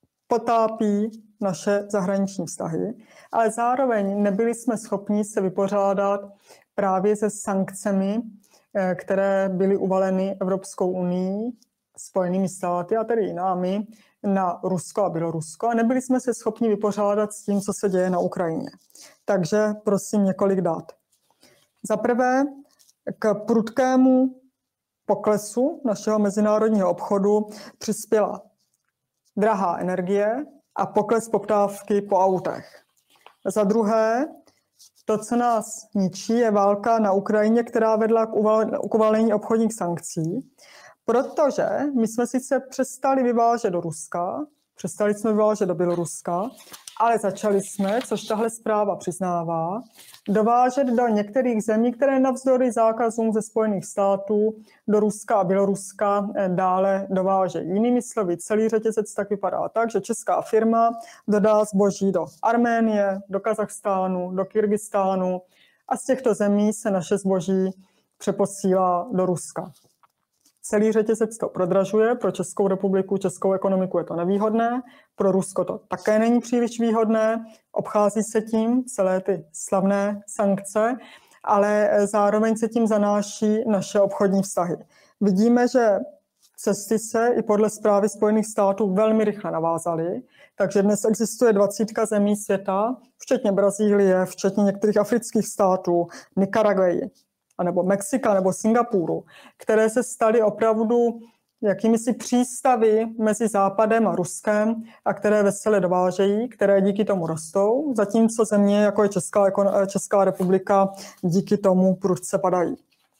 potápí naše zahraniční vztahy, ale zároveň nebyli jsme schopni se vypořádat právě se sankcemi, které byly uvaleny Evropskou unii, Spojenými státy a tedy i námi na Rusko a Bělorusko a nebyli jsme se schopni vypořádat s tím, co se děje na Ukrajině. Takže prosím několik dat. Za prvé, k prudkému poklesu našeho mezinárodního obchodu přispěla drahá energie a pokles poptávky po autech. Za druhé, to, co nás ničí, je válka na Ukrajině, která vedla k uvalení obchodních sankcí, protože my jsme sice přestali vyvážet do Ruska, přestali jsme vyvážet do Běloruska, ale začali jsme, což tahle zpráva přiznává, dovážet do některých zemí, které navzdory zákazům ze Spojených států do Ruska a Běloruska dále dovážejí. Jinými slovy, celý řetězec tak vypadá tak, že česká firma dodá zboží do Arménie, do Kazachstánu, do Kyrgyzstánu a z těchto zemí se naše zboží přeposílá do Ruska. Celý řetězec to prodražuje, pro Českou republiku, českou ekonomiku je to nevýhodné, pro Rusko to také není příliš výhodné, obchází se tím celé ty slavné sankce, ale zároveň se tím zanáší naše obchodní vztahy. Vidíme, že cesty se i podle zprávy Spojených států velmi rychle navázaly, takže dnes existuje 20 zemí světa, včetně Brazílie, včetně některých afrických států, Nikaraguy, nebo Mexika, nebo Singapuru, které se staly opravdu jakýmisi přístavy mezi Západem a Ruskem a které vesele dovážejí, které díky tomu rostou, zatímco země, jako je Česká republika, díky tomu prudce padají.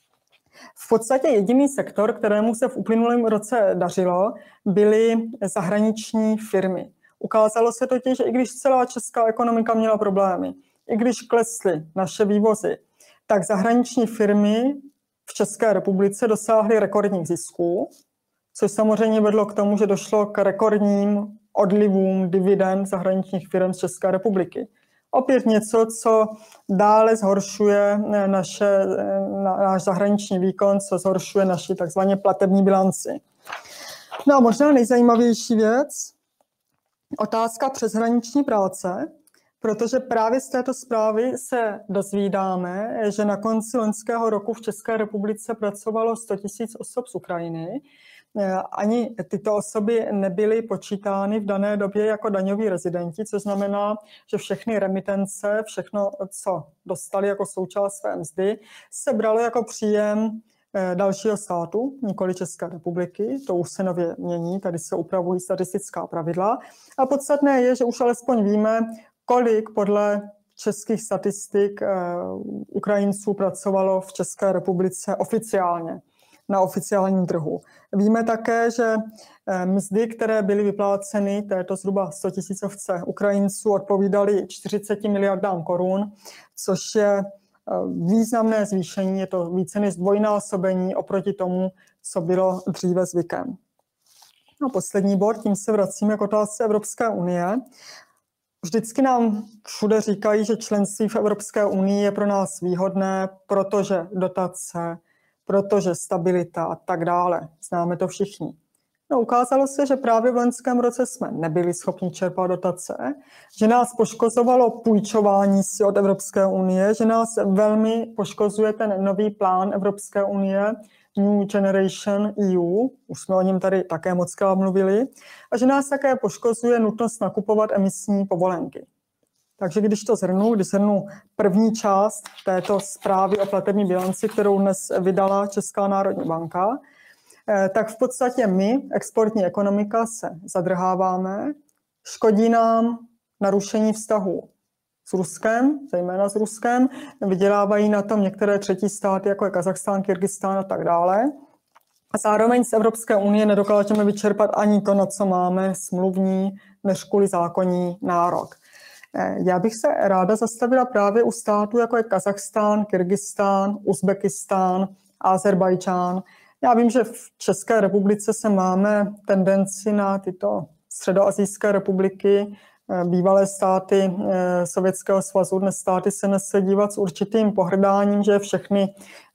V podstatě jediný sektor, kterému se v uplynulém roce dařilo, byly zahraniční firmy. Ukázalo se totiž, že i když celá česká ekonomika měla problémy, i když klesly naše vývozy, tak zahraniční firmy v České republice dosáhly rekordních zisků, což samozřejmě vedlo k tomu, že došlo k rekordním odlivům dividend zahraničních firm z České republiky. Opět něco, co dále zhoršuje náš zahraniční výkon, co zhoršuje naši takzvaně platební bilanci. No a možná nejzajímavější věc, otázka přeshraniční práce, protože právě z této zprávy se dozvídáme, že na konci loňského roku v České republice pracovalo 100 000 osob z Ukrajiny. Ani tyto osoby nebyly počítány v dané době jako daňoví rezidenti, což znamená, že všechny remitence, všechno, co dostali jako součást své mzdy, se bralo jako příjem dalšího státu, nikoli České republiky. To už se nově mění, tady se upravují statistická pravidla. A podstatné je, že už alespoň víme, kolik podle českých statistik Ukrajinců pracovalo v České republice oficiálně, na oficiálním trhu. Víme také, že mzdy, které byly vypláceny této zhruba 100 000 Ukrajinců, odpovídaly 40 miliardám korun, což je významné zvýšení, je to více než dvojnásobení oproti tomu, co bylo dříve zvykem. A poslední bod, tím se vracíme k otázce Evropské unie. Vždycky nám všude říkají, že členství v Evropské unii je pro nás výhodné, protože dotace, protože stabilita a tak dále. Známe to všichni. No, ukázalo se, že právě v loňském roce jsme nebyli schopni čerpat dotace, že nás poškozovalo půjčování si od Evropské unie, že nás velmi poškozuje ten nový plán Evropské unie, New Generation EU, už jsme o něm tady také mockrát mluvili, a že nás také poškozuje nutnost nakupovat emisní povolenky. Takže když shrnu první část této zprávy o platební bilanci, kterou dnes vydala Česká národní banka, tak v podstatě my, exportní ekonomika, se zadrháváme, škodí nám narušení vztahu s Ruskem, zejména s Ruskem, vydělávají na tom některé třetí státy, jako je Kazachstán, Kyrgyzstán a tak dále. A zároveň z Evropské unie nedokážeme vyčerpat ani to, na co máme smluvní, než kvůli zákonní nárok. Já bych se ráda zastavila právě u států, jako je Kazachstán, Kyrgyzstán, Uzbekistán, Azerbajdžán. Já vím, že v České republice se máme tendenci na tyto středoasijské republiky, bývalé státy Sovětského svazu, dnes státy se dívat s určitým pohrdáním, že všechny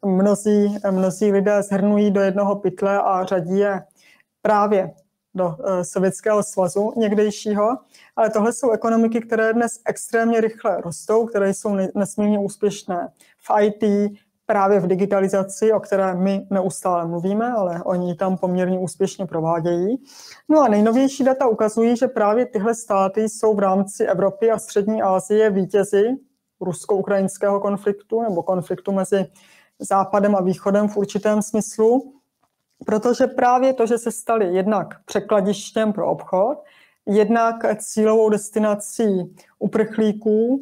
mnozí lidé shrnují do jednoho pytle a řadí je právě do Sovětského svazu někdejšího, ale tohle jsou ekonomiky, které dnes extrémně rychle rostou, které jsou nesmírně úspěšné v IT, právě v digitalizaci, o které my neustále mluvíme, ale oni tam poměrně úspěšně provádějí. No a nejnovější data ukazují, že právě tyhle státy jsou v rámci Evropy a Střední Asie vítězi rusko-ukrajinského konfliktu nebo konfliktu mezi Západem a Východem v určitém smyslu, protože právě to, že se stali jednak překladištěm pro obchod, jednak cílovou destinací uprchlíků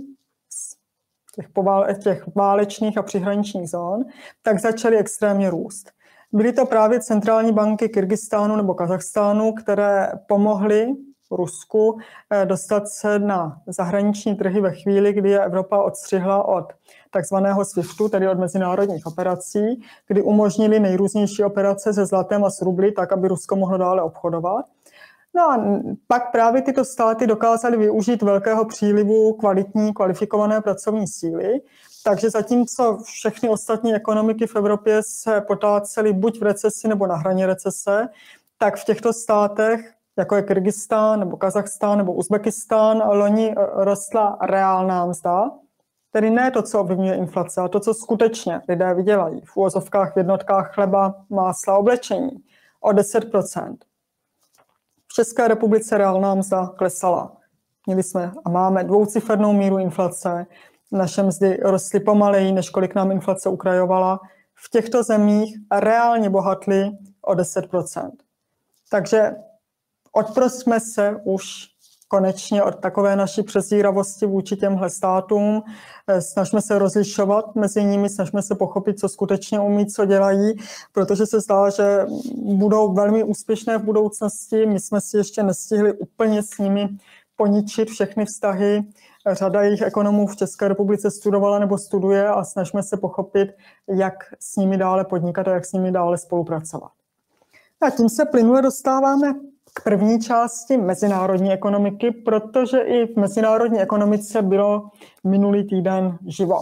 těch válečných a přihraničních zón, tak začaly extrémně růst. Byly to právě centrální banky Kyrgyzstánu nebo Kazachstánu, které pomohly Rusku dostat se na zahraniční trhy ve chvíli, kdy je Evropa odstřihla od takzvaného SWIFTu, tedy od mezinárodních operací, kdy umožnili nejrůznější operace se zlatem a s rubly, tak, aby Rusko mohlo dále obchodovat. No a pak právě tyto státy dokázaly využít velkého přílivu kvalifikované pracovní síly, takže zatímco všechny ostatní ekonomiky v Evropě se potácely buď v recesi nebo na hraně recese, tak v těchto státech, jako je Kyrgyzstán nebo Kazachstán nebo Uzbekistán, loni rostla reálná mzda, tedy ne to, co ovlivňuje inflace, ale to, co skutečně lidé vydělají v uvozovkách v jednotkách chleba, másla, oblečení o 10%. V České republice reálná mzda klesala. Měli jsme a máme dvoucifernou míru inflace, naše mzdy rostly pomaleji, než kolik nám inflace ukrajovala. V těchto zemích reálně bohatli o 10%. Takže odprosťme se už konečně od takové naší přezíravosti vůči těmhle státům. Snažme se rozlišovat mezi nimi, snažme se pochopit, co skutečně umí, co dělají, protože se zdá, že budou velmi úspěšné v budoucnosti. My jsme si ještě nestihli úplně s nimi poničit všechny vztahy. Řada jejich ekonomů v České republice studovala nebo studuje a snažme se pochopit, jak s nimi dále podnikat a jak s nimi dále spolupracovat. A tím se plynule dostáváme k první části mezinárodní ekonomiky, protože i v mezinárodní ekonomice bylo minulý týden živo.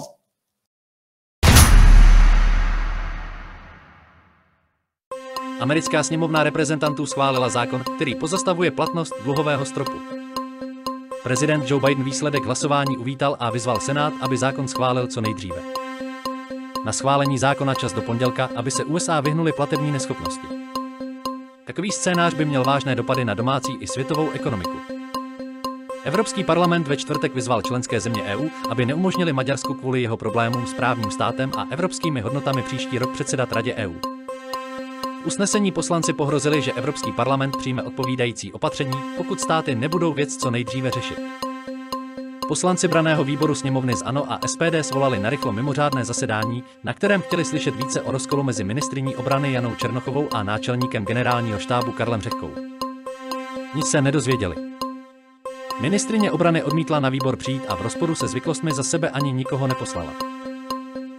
Americká sněmovna reprezentantů schválila zákon, který pozastavuje platnost dluhového stropu. Prezident Joe Biden výsledek hlasování uvítal a vyzval Senát, aby zákon schválil co nejdříve. Na schválení zákona čas do pondělka, aby se USA vyhnuli platební neschopnosti. Takový scénář by měl vážné dopady na domácí i světovou ekonomiku. Evropský parlament ve čtvrtek vyzval členské země EU, aby neumožnili Maďarsku kvůli jeho problémům s právním státem a evropskými hodnotami příští rok předsedat Radě EU. V usnesení poslanci pohrozili, že Evropský parlament přijme odpovídající opatření, pokud státy nebudou věc co nejdříve řešit. Poslanci branného výboru sněmovny z ANO a SPD svolali narychlo mimořádné zasedání, na kterém chtěli slyšet více o rozkolu mezi ministryní obrany Janou Černochovou a náčelníkem generálního štábu Karlem Řehkou. Nic se nedozvěděli. Ministryně obrany odmítla na výbor přijít a v rozporu se zvyklostmi za sebe ani nikoho neposlala.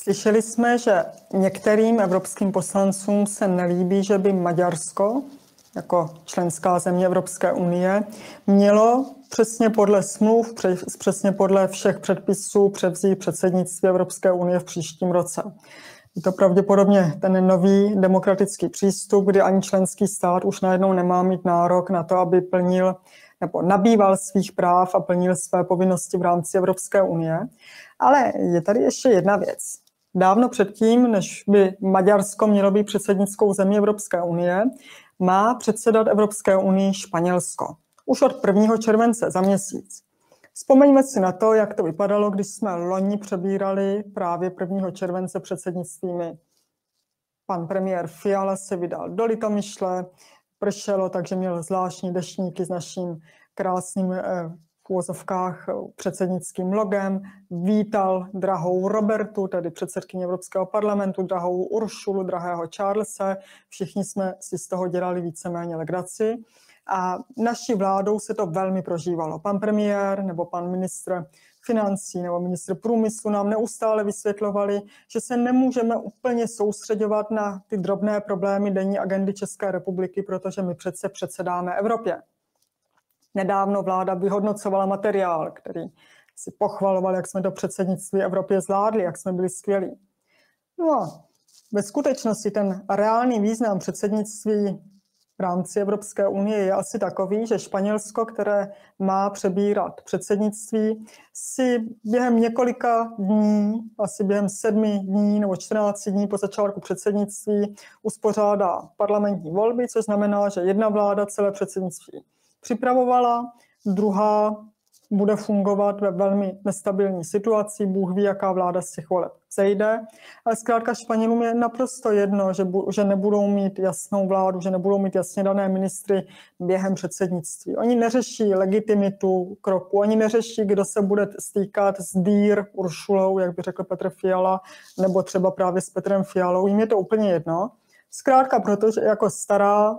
Slyšeli jsme, že některým evropským poslancům se nelíbí, že by Maďarsko jako členská země Evropské unie mělo přesně podle smluv, přesně podle všech předpisů převzít předsednictví Evropské unie v příštím roce. Je to pravděpodobně ten nový demokratický přístup, kdy ani členský stát už najednou nemá mít nárok na to, aby plnil nebo nabýval svých práv a plnil své povinnosti v rámci Evropské unie. Ale je tady ještě jedna věc. Dávno předtím, než by Maďarsko mělo být předsednickou zemí Evropské unie, má předsedat Evropské unii Španělsko. Už od 1. července za měsíc. Vzpomeňme si na to, jak to vypadalo, když jsme loni přebírali právě 1. července předsednictví my. Pan premiér Fiala se vydal do Litomyšle, pršelo, takže měl zvláštní deštníky s naším krásným v uvozovkách předsednickým logem, vítal drahou Robertu, tedy předsedkyni Evropského parlamentu, drahou Uršulu, drahého Charlese. Všichni jsme si z toho dělali víceméně legraci. A naší vládou se to velmi prožívalo. Pan premiér nebo pan ministr financí nebo ministr průmyslu nám neustále vysvětlovali, že se nemůžeme úplně soustředovat na ty drobné problémy denní agendy České republiky, protože my přece předsedáme Evropě. Nedávno vláda vyhodnocovala materiál, který si pochvaloval, jak jsme to předsednictví Evropě zvládli, jak jsme byli skvělí. No a ve skutečnosti ten reálný význam předsednictví v rámci Evropské unie je asi takový, že Španělsko, které má přebírat předsednictví, si během několika dní, asi během 7 dní nebo 14 dní po začátku předsednictví uspořádá parlamentní volby, což znamená, že jedna vláda celé předsednictví připravovala, druhá bude fungovat ve velmi nestabilní situaci, Bůh ví, jaká vláda z těch voleb zejde, ale zkrátka Španělům je naprosto jedno, že nebudou mít jasnou vládu, že nebudou mít jasně dané ministry během předsednictví. Oni neřeší legitimitu kroku, oni neřeší, kdo se bude stýkat s Dýr Uršulou, jak by řekl Petr Fiala, nebo třeba právě s Petrem Fialou, jim je to úplně jedno. Zkrátka, protože jako stará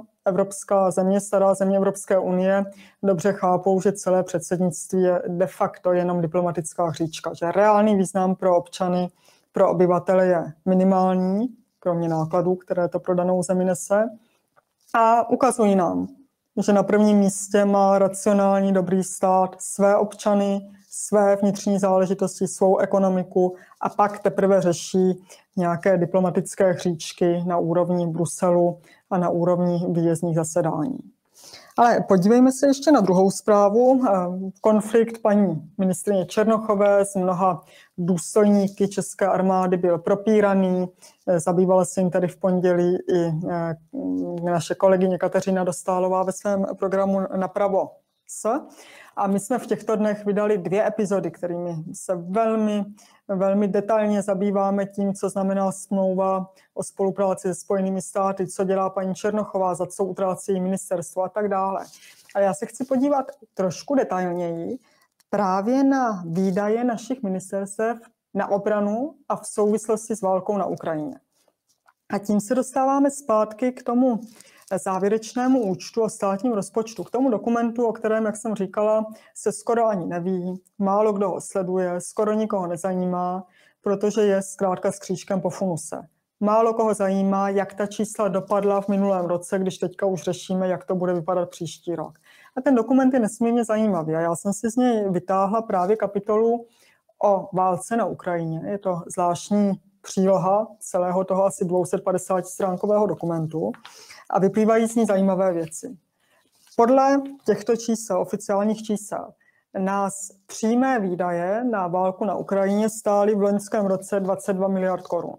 země Evropské unie dobře chápou, že celé předsednictví je de facto jenom diplomatická hříčka, že reálný význam pro občany, pro obyvatele je minimální, kromě nákladů, které to pro danou zemi nese. A ukazují nám, že na prvním místě má racionální dobrý stát své občany, své vnitřní záležitosti, svou ekonomiku a pak teprve řeší nějaké diplomatické hříčky na úrovni Bruselu a na úrovni výjezdních zasedání. Ale podívejme se ještě na druhou zprávu. Konflikt paní ministryně Černochové s mnoha důstojníky české armády byl propíraný. Zabývala se jim tady v pondělí i naše kolegyně Kateřina Dostálová ve svém programu Napravo S. A my jsme v těchto dnech vydali 2 epizody, kterými se velmi detailně zabýváme tím, co znamená smlouva o spolupráci se Spojenými státy, co dělá paní Černochová, za co utrácí její ministerstvo a tak dále. A já se chci podívat trošku detailněji právě na výdaje našich ministerstev na obranu a v souvislosti s válkou na Ukrajině. A tím se dostáváme zpátky k tomu závěrečnému účtu o státním rozpočtu, k tomu dokumentu, o kterém, jak jsem říkala, se skoro ani neví, málo kdo ho sleduje, skoro nikoho nezajímá, protože je zkrátka s křížkem po funuse. Málo koho zajímá, jak ta čísla dopadla v minulém roce, když teďka už řešíme, jak to bude vypadat příští rok. A ten dokument je nesmírně zajímavý a já jsem si z něj vytáhla právě kapitolu o válce na Ukrajině. Je to zvláštní příloha celého toho asi 250-stránkového dokumentu a vyplývají z ní zajímavé věci. Podle těchto čísel, oficiálních čísel, nás přímé výdaje na válku na Ukrajině stály v loňském roce 22 miliard korun.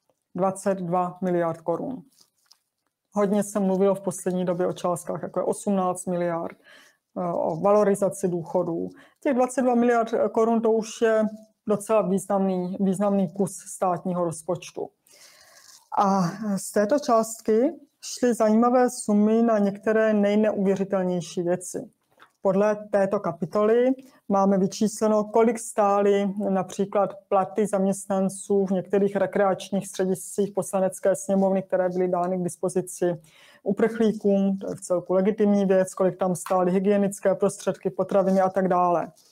22 miliard korun. Hodně se mluvilo v poslední době o částkách, jako je 18 miliard, o valorizaci důchodů. Těch 22 miliard korun to už je docela významný kus státního rozpočtu. A z této částky šly zajímavé sumy na některé nejneuvěřitelnější věci. Podle této kapitoly máme vyčísleno, kolik stály například platy zaměstnanců v některých rekreačních střediscích Poslanecké sněmovny, které byly dány k dispozici uprchlíkům, to je v celku legitimní věc, kolik tam stály hygienické prostředky, potraviny a tak dále.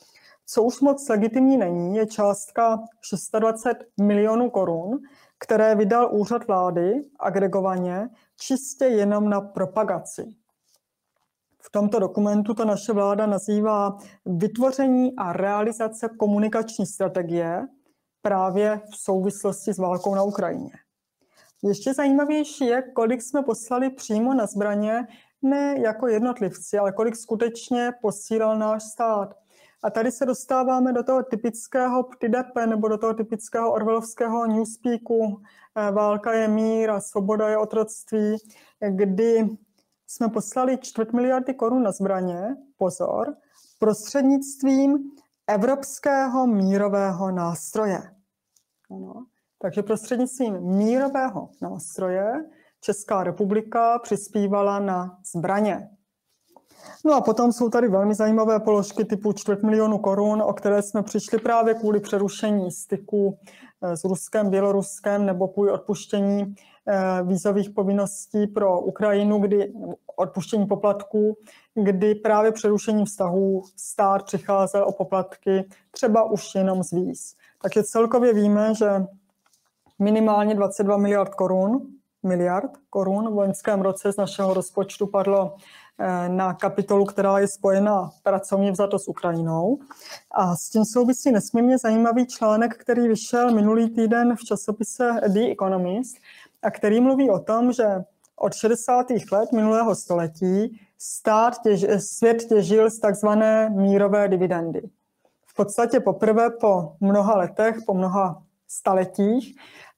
Co už moc legitimní není, je částka 26 milionů korun, které vydal úřad vlády agregovaně čistě jenom na propagaci. V tomto dokumentu to naše vláda nazývá vytvoření a realizace komunikační strategie právě v souvislosti s válkou na Ukrajině. Ještě zajímavější je, kolik jsme poslali přímo na zbraně, ne jako jednotlivci, ale kolik skutečně posílal náš stát. A tady se dostáváme do toho typického ptidepe nebo do toho typického orwellovského newspeaku válka je mír a svoboda je otroctví, kdy jsme poslali 250 miliardy korun na zbraně, pozor, prostřednictvím evropského mírového nástroje. Ano. Takže prostřednictvím mírového nástroje Česká republika přispívala na zbraně. No a potom jsou tady velmi zajímavé položky typu 250 milionů korun, o které jsme přišli právě kvůli přerušení styku s Ruskem, Běloruskem nebo kvůli odpuštění vízových povinností pro Ukrajinu, kdy odpuštění poplatků, kdy právě přerušením vztahů stát přicházel o poplatky třeba už jenom z víz. Takže celkově víme, že minimálně 22 miliard korun v loňském roce z našeho rozpočtu padlo na kapitolu, která je spojena pracovně vzato s Ukrajinou. A s tím souvisí nesmírně zajímavý článek, který vyšel minulý týden v časopise The Economist a který mluví o tom, že od 60. let minulého století svět těžil z takzvané mírové dividendy. V podstatě poprvé po mnoha letech, po mnoha staletích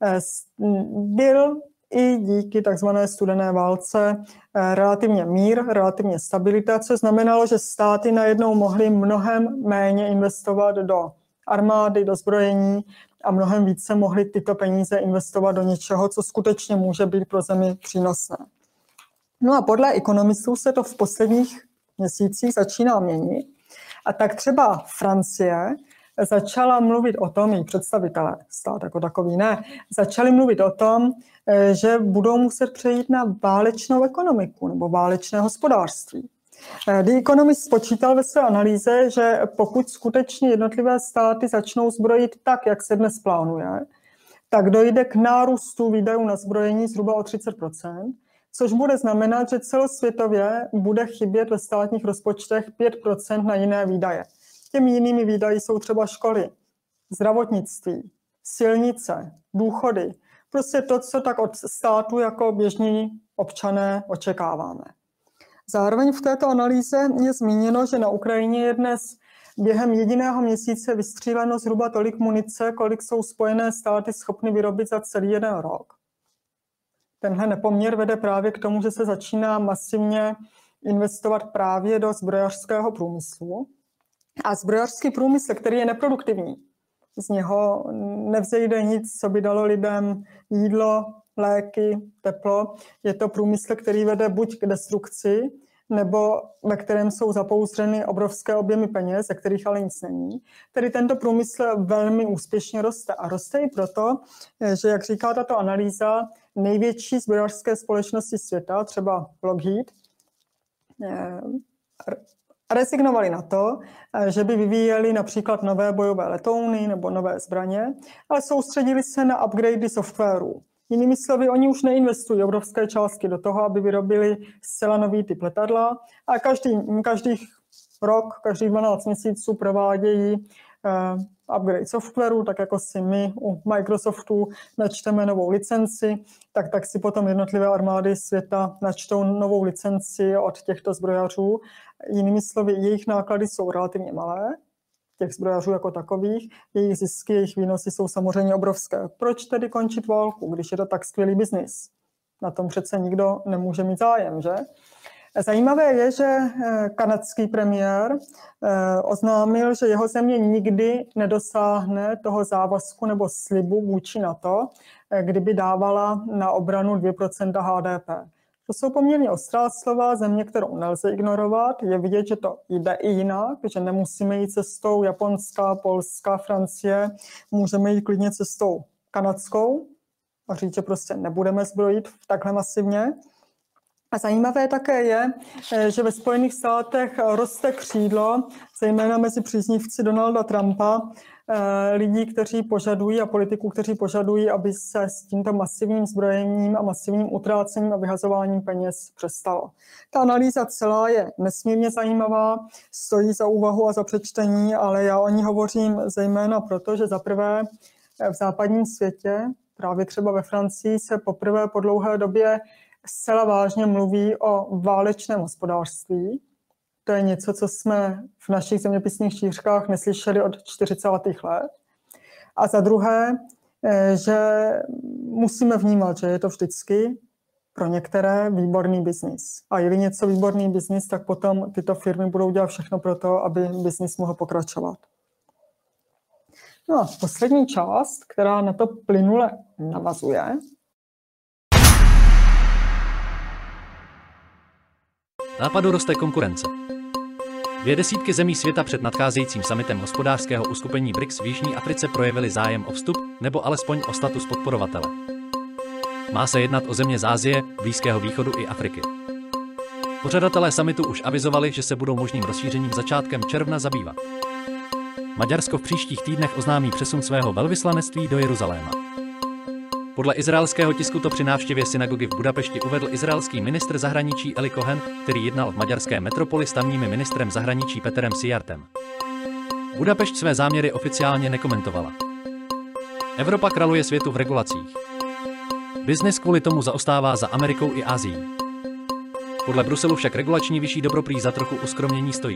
byl i díky takzvané studené válce relativně mír, relativně stabilita, což znamenalo, že státy najednou mohly mnohem méně investovat do armády, do zbrojení a mnohem více mohly tyto peníze investovat do něčeho, co skutečně může být pro zemi přínosné. No a podle ekonomistů se to v posledních měsících začíná měnit. A tak třeba Francie začala mluvit o tom, i představitelé, stát jako takový ne, začali mluvit o tom, že budou muset přejít na válečnou ekonomiku nebo válečné hospodářství. The Economist spočítal ve své analýze, že pokud skutečně jednotlivé státy začnou zbrojit tak, jak se dnes plánuje, tak dojde k nárůstu výdajů na zbrojení zhruba o 30%, což bude znamenat, že celosvětově bude chybět ve státních rozpočtech 5% na jiné výdaje. Těmi jinými výdaji jsou třeba školy, zdravotnictví, silnice, důchody. Prostě to, co tak od státu jako běžní občané očekáváme. Zároveň v této analýze je zmíněno, že na Ukrajině je dnes během jediného měsíce vystříleno zhruba tolik munice, kolik jsou Spojené státy schopny vyrobit za celý jeden rok. Tenhle nepoměr vede právě k tomu, že se začíná masivně investovat právě do zbrojařského průmyslu. A zbrojařský průmysl, který je neproduktivní, z něho nevzejde nic, co by dalo lidem jídlo, léky, teplo. Je to průmysl, který vede buď k destrukci, nebo ve kterém jsou zapouzřeny obrovské objemy peněz, ze kterých ale nic není. Tedy tento průmysl velmi úspěšně roste. A roste i proto, že, jak říká tato analýza, největší zbrojařské společnosti světa, třeba Lockheed, rezignovali na to, že by vyvíjeli například nové bojové letouny nebo nové zbraně, ale soustředili se na upgradey softwaru. Jinými slovy, oni už neinvestují obrovské částky do toho, aby vyrobili zcela nový typ letadla a každý rok, každých 12 měsíců provádějí upgrade softwaru, tak jako si my u Microsoftu načteme novou licenci, tak si potom jednotlivé armády světa načtou novou licenci od těchto zbrojařů. Jinými slovy, jejich náklady jsou relativně malé, těch zbrojařů jako takových, jejich zisky, jejich výnosy jsou samozřejmě obrovské. Proč tedy končit válku, když je to tak skvělý biznis? Na tom přece nikdo nemůže mít zájem, že? Zajímavé je, že kanadský premiér oznámil, že jeho země nikdy nedosáhne toho závazku nebo slibu vůči NATO, kdyby dávala na obranu 2% HDP. To jsou poměrně ostrá slova, země, kterou nelze ignorovat. Je vidět, že to jde i jinak, že nemusíme jít cestou Japonska, Polska, Francie, můžeme jít klidně cestou kanadskou a říct, že prostě nebudeme zbrojit takhle masivně. A zajímavé také je, že ve Spojených státech roste křídlo, zejména mezi příznivci Donalda Trumpa, lidí, kteří požadují a politiků, kteří požadují, aby se s tímto masivním zbrojením a masivním utrácením a vyhazováním peněz přestalo. Ta analýza celá je nesmírně zajímavá, stojí za úvahu a za přečtení, ale já o ní hovořím zejména proto, že zaprvé v západním světě, právě třeba ve Francii, se poprvé po dlouhé době zcela vážně mluví o válečném hospodářství. To je něco, co jsme v našich zeměpisných šířkách neslyšeli od 40. let. A za druhé, že musíme vnímat, že je to vždycky pro některé výborný biznis. A je-li něco výborný biznis, tak potom tyto firmy budou dělat všechno pro to, aby biznis mohl pokračovat. No a poslední část, která na to plynule navazuje, Západu roste konkurence. 2 zemí světa před nadcházejícím summitem hospodářského uskupení BRICS v Jižní Africe projevili zájem o vstup nebo alespoň o status podporovatele. Má se jednat o země z Asie, Blízkého východu i Afriky. Pořadatelé summitu už avizovali, že se budou možným rozšířením začátkem června zabývat. Maďarsko v příštích týdnech oznámí přesun svého velvyslanectví do Jeruzaléma. Podle izraelského tisku to při návštěvě synagogy v Budapešti uvedl izraelský ministr zahraničí Eli Cohen, který jednal v maďarské metropoli s tamním ministrem zahraničí Peterem Sijartem. Budapešť své záměry oficiálně nekomentovala. Evropa kraluje světu v regulacích. Biznis kvůli tomu zaostává za Amerikou i Asií. Podle Bruselu však regulační vyšší dobro prý za trochu uskromnění stojí.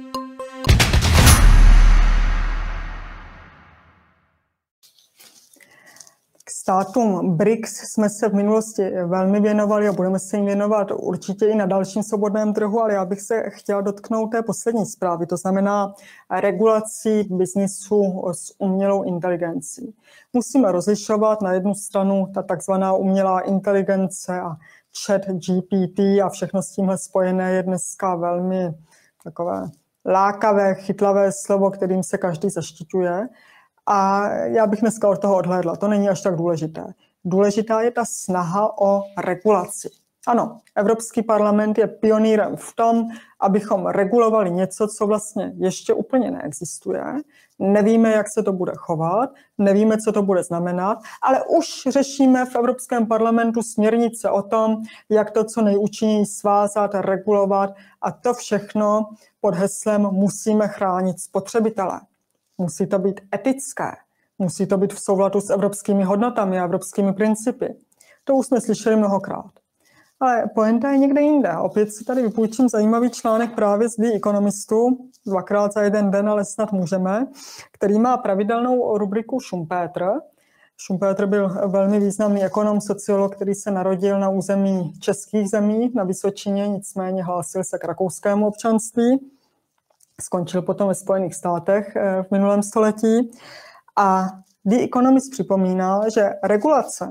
Státům BRICS jsme se v minulosti velmi věnovali a budeme se jim věnovat určitě i na dalším svobodném trhu, ale já bych se chtěla dotknout té poslední zprávy, to znamená regulací biznisu s umělou inteligencí. Musíme rozlišovat na jednu stranu ta takzvaná umělá inteligence a chat GPT a všechno s tímhle spojené je dneska velmi takové lákavé, chytlavé slovo, kterým se každý zaštiťuje. A já bych dneska od toho odhlédla, to není až tak důležité. Důležitá je ta snaha o regulaci. Ano, Evropský parlament je pionýrem v tom, abychom regulovali něco, co vlastně ještě úplně neexistuje. Nevíme, jak se to bude chovat, nevíme, co to bude znamenat, ale už řešíme v Evropském parlamentu směrnice o tom, jak to co nejúčinněji svázat, regulovat a to všechno pod heslem musíme chránit spotřebitele. Musí to být etické, musí to být v souladu s evropskými hodnotami a evropskými principy. To už jsme slyšeli mnohokrát. Ale pointa je někde jinde. Opět si tady vypůjčím zajímavý článek právě z The Economistu, 2krát za jeden den, ale snad můžeme, který má pravidelnou rubriku Schumpeter. Schumpeter byl velmi významný ekonom, sociolog, který se narodil na území českých zemí na Vysočině, nicméně hlásil se k rakouskému občanství. Skončil potom ve Spojených státech v minulém století. A The Economist připomíná, že regulace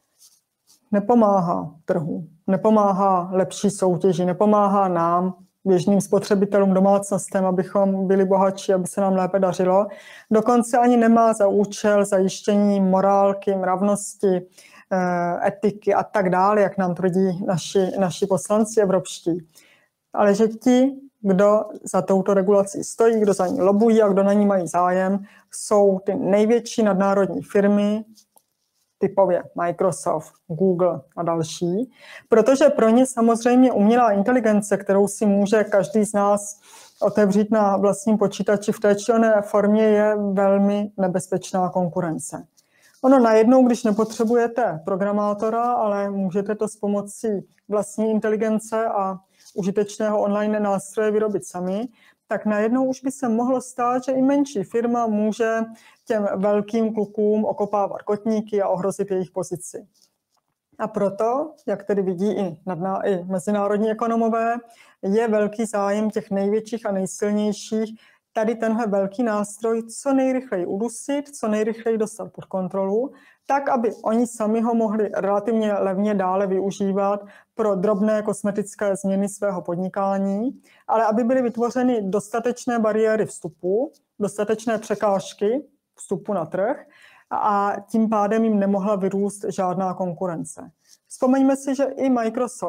nepomáhá trhu, nepomáhá lepší soutěži, nepomáhá nám, běžným spotřebitelům, domácnostem, abychom byli bohatší, aby se nám lépe dařilo. Dokonce ani nemá za účel zajištění morálky, mravnosti, etiky a tak dále, jak nám tvrdí naši poslanci evropští. Ale že ti, kdo za touto regulací stojí, kdo za ní lobují a kdo na ní mají zájem, jsou ty největší nadnárodní firmy, typově Microsoft, Google a další, protože pro ně samozřejmě umělá inteligence, kterou si může každý z nás otevřít na vlastním počítači v té či oné formě, je velmi nebezpečná konkurence. Ono najednou, když nepotřebujete programátora, ale můžete to s pomocí vlastní inteligence a užitečného online nástroje vyrobit sami, tak najednou už by se mohlo stát, že i menší firma může těm velkým klukům okopávat kotníky a ohrozit jejich pozici. A proto, jak tedy vidí i mezinárodní ekonomové, je velký zájem těch největších a nejsilnějších tady tenhle velký nástroj co nejrychleji udusit, co nejrychleji dostat pod kontrolu, tak, aby oni sami ho mohli relativně levně dále využívat pro drobné kosmetické změny svého podnikání, ale aby byly vytvořeny dostatečné bariéry vstupu, dostatečné překážky vstupu na trh a tím pádem jim nemohla vyrůst žádná konkurence. Vzpomeňme si, že i Microsoft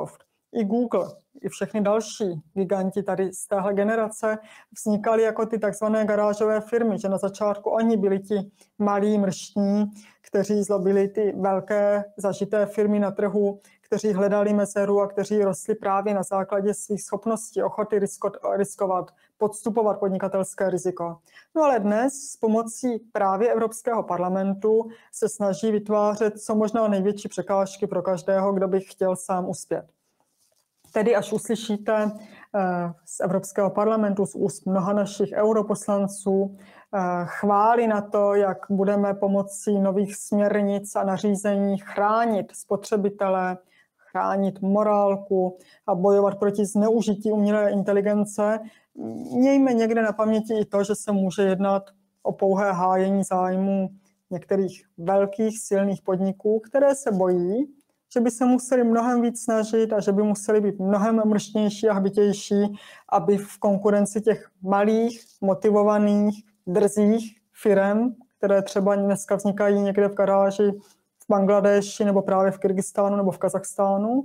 i Google, i všechny další giganti tady z téhle generace vznikaly jako ty takzvané garážové firmy, že na začátku oni byli ti malí mrštní, kteří zlobili ty velké zažité firmy na trhu, kteří hledali mezeru a kteří rostli právě na základě svých schopností, ochoty riskovat, podstupovat podnikatelské riziko. No ale dnes s pomocí právě Evropského parlamentu se snaží vytvářet co možná největší překážky pro každého, kdo by chtěl sám uspět. Tedy až uslyšíte z Evropského parlamentu, z úst mnoha našich europoslanců, chvály na to, jak budeme pomocí nových směrnic a nařízení chránit spotřebitele, chránit morálku a bojovat proti zneužití umělé inteligence, mějme někde na paměti i to, že se může jednat o pouhé hájení zájmů některých velkých silných podniků, které se bojí, že by se museli mnohem víc snažit a že by museli být mnohem mrštnější a hbitější, aby v konkurenci těch malých, motivovaných, drzých firem, které třeba dneska vznikají někde v garáži v Bangladeši nebo právě v Kyrgyzstánu nebo v Kazachstánu,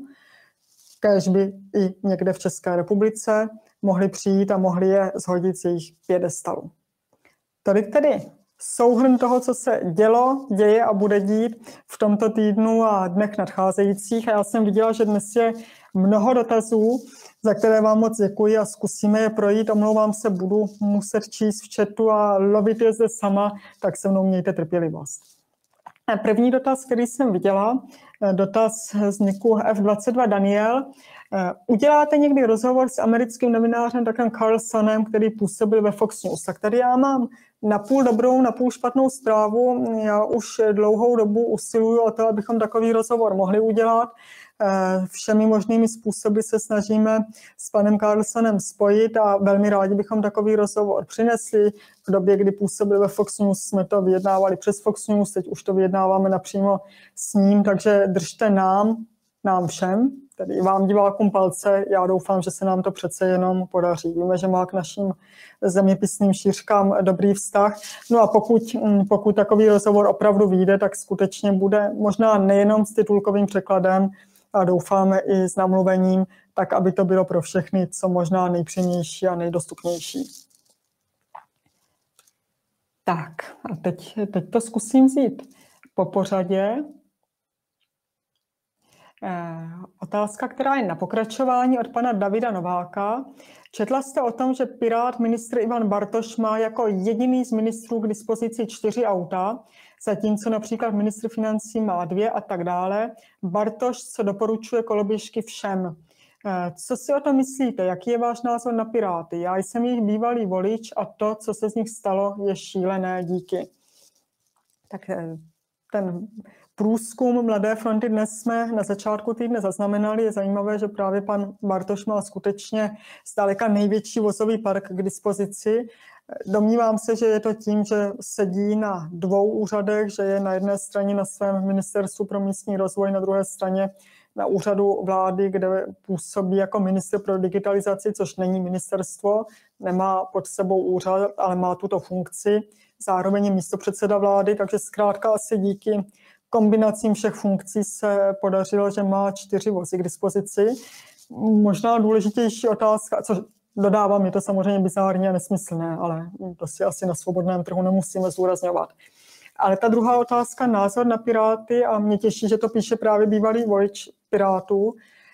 kéž by i někde v České republice mohli přijít a mohli je zhodit z jejich piedestalu. Tolik tedy souhrn toho, co se děje a bude dít v tomto týdnu a dnech nadcházejících. A já jsem viděla, že dnes je mnoho dotazů, za které vám moc děkuji a zkusíme je projít. Omlouvám se, budu muset číst v chatu a lovit je zde sama, tak se mnou mějte trpělivost. První dotaz, který jsem viděla, dotaz z niku F22 Daniel. Uděláte někdy rozhovor s americkým novinářem Tuckerem Carlsonem, který působil ve Fox News? Tak tady já mám napůl dobrou, napůl špatnou zprávu. Já už dlouhou dobu usiluju o to, abychom takový rozhovor mohli udělat. Všemi možnými způsoby se snažíme s panem Carlsonem spojit a velmi rádi bychom takový rozhovor přinesli. V době, kdy působil ve Fox News, jsme to vyjednávali přes Fox News, teď už to vyjednáváme napřímo s ním, takže držte nám všem, tedy i vám divákům palce, já doufám, že se nám to přece jenom podaří. Víme, že má k našim zeměpisným šířkám dobrý vztah. No a pokud takový rozhovor opravdu vyjde, tak skutečně bude možná nejenom s titulkovým překladem, a doufáme i s namluvením, tak aby to bylo pro všechny co možná nejpřímější a nejdostupnější. Tak a teď to zkusím vzít po pořadě. Otázka, která je na pokračování od pana Davida Nováka. Četla jste o tom, že Pirát ministr Ivan Bartoš má jako jediný z ministrů k dispozici 4 auta, zatímco například ministr financí má 2 a tak dále. Bartoš, co doporučuje koloběžky všem. Co si o tom myslíte? Jaký je váš názor na Piráty? Já jsem jejich bývalý volič a to, co se z nich stalo, je šílené. Díky. Tak ten průzkum Mladé fronty dnes jsme na začátku týdne zaznamenali. Je zajímavé, že právě pan Bartoš má skutečně zdaleka největší vozový park k dispozici. Domnívám se, že je to tím, že sedí na 2 úřadech, že je na jedné straně na svém ministerstvu pro místní rozvoj, na druhé straně na úřadu vlády, kde působí jako ministr pro digitalizaci, což není ministerstvo, nemá pod sebou úřad, ale má tuto funkci. Zároveň je místopředseda vlády, takže zkrátka asi díky kombinacím všech funkcí se podařilo, že má 4 vozy k dispozici. Možná důležitější otázka, co dodávám, je to samozřejmě bizární a nesmyslné, ale to si asi na svobodném trhu nemusíme zdůrazňovat. Ale ta druhá otázka, názor na Piráty, a mě těší, že to píše právě bývalý volič Pirátů.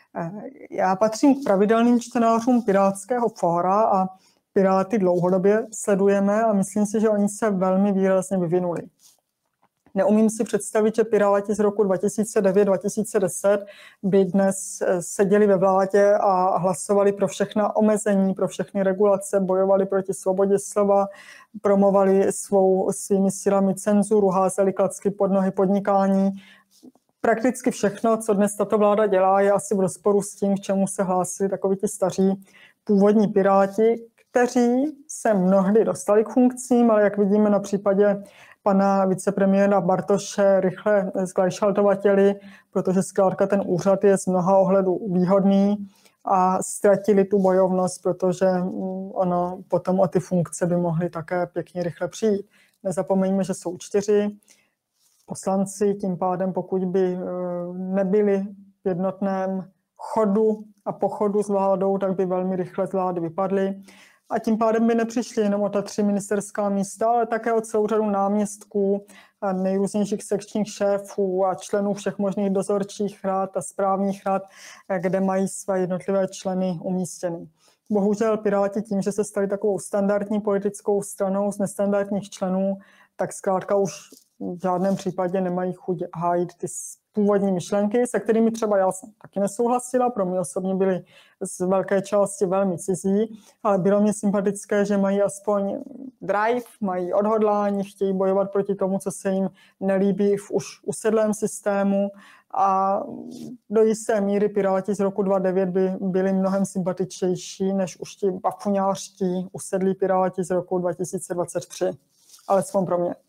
Já patřím k pravidelným čtenářům Pirátského fóra a Piráty dlouhodobě sledujeme a myslím si, že oni se velmi výrazně vyvinuli. Neumím si představit, že Piráti z roku 2009-2010 by dnes seděli ve vládě a hlasovali pro všechna omezení, pro všechny regulace, bojovali proti svobodě slova, promovali svými silami cenzuru, házeli klacky pod nohy podnikání. Prakticky všechno, co dnes tato vláda dělá, je asi v rozporu s tím, k čemu se hlásili takoví ti staří původní Piráti, kteří se mnohdy dostali k funkcím, ale jak vidíme na případě pana vicepremiéra Bartoše, rychle zglajšaltovateli, protože zkrátka ten úřad je z mnoha ohledů výhodný a ztratili tu bojovnost, protože ono potom o ty funkce by mohly také pěkně rychle přijít. Nezapomeňme, že jsou 4 poslanci, tím pádem pokud by nebyli v jednotném chodu a pochodu s vládou, tak by velmi rychle z vlády vypadly. A tím pádem by nepřišli jenom o ta 3 ministerská místa, ale také o celou řadu náměstků, a nejrůznějších sekčních šéfů a členů všech možných dozorčích rad a správních rad, kde mají své jednotlivé členy umístěny. Bohužel Piráti tím, že se stali takovou standardní politickou stranou z nestandardních členů, tak zkrátka už v žádném případě nemají chuť hájit ty původní myšlenky, se kterými třeba já jsem taky nesouhlasila, pro mě osobně byly z velké části velmi cizí, ale bylo mě sympatické, že mají aspoň drive, mají odhodlání, chtějí bojovat proti tomu, co se jim nelíbí v už usedlém systému a do jisté míry Piráti z roku 2009 by byli mnohem sympatičtější než už ti bafuňářští usedlí Piráti z roku 2023. Alespoň pro mě.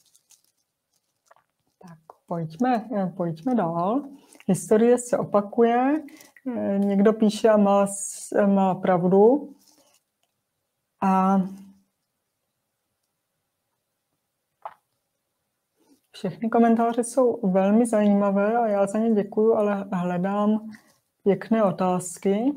Pojďme dál. Historie se opakuje, někdo píše a má pravdu. A všechny komentáře jsou velmi zajímavé a já za ně děkuju, ale hledám pěkné otázky.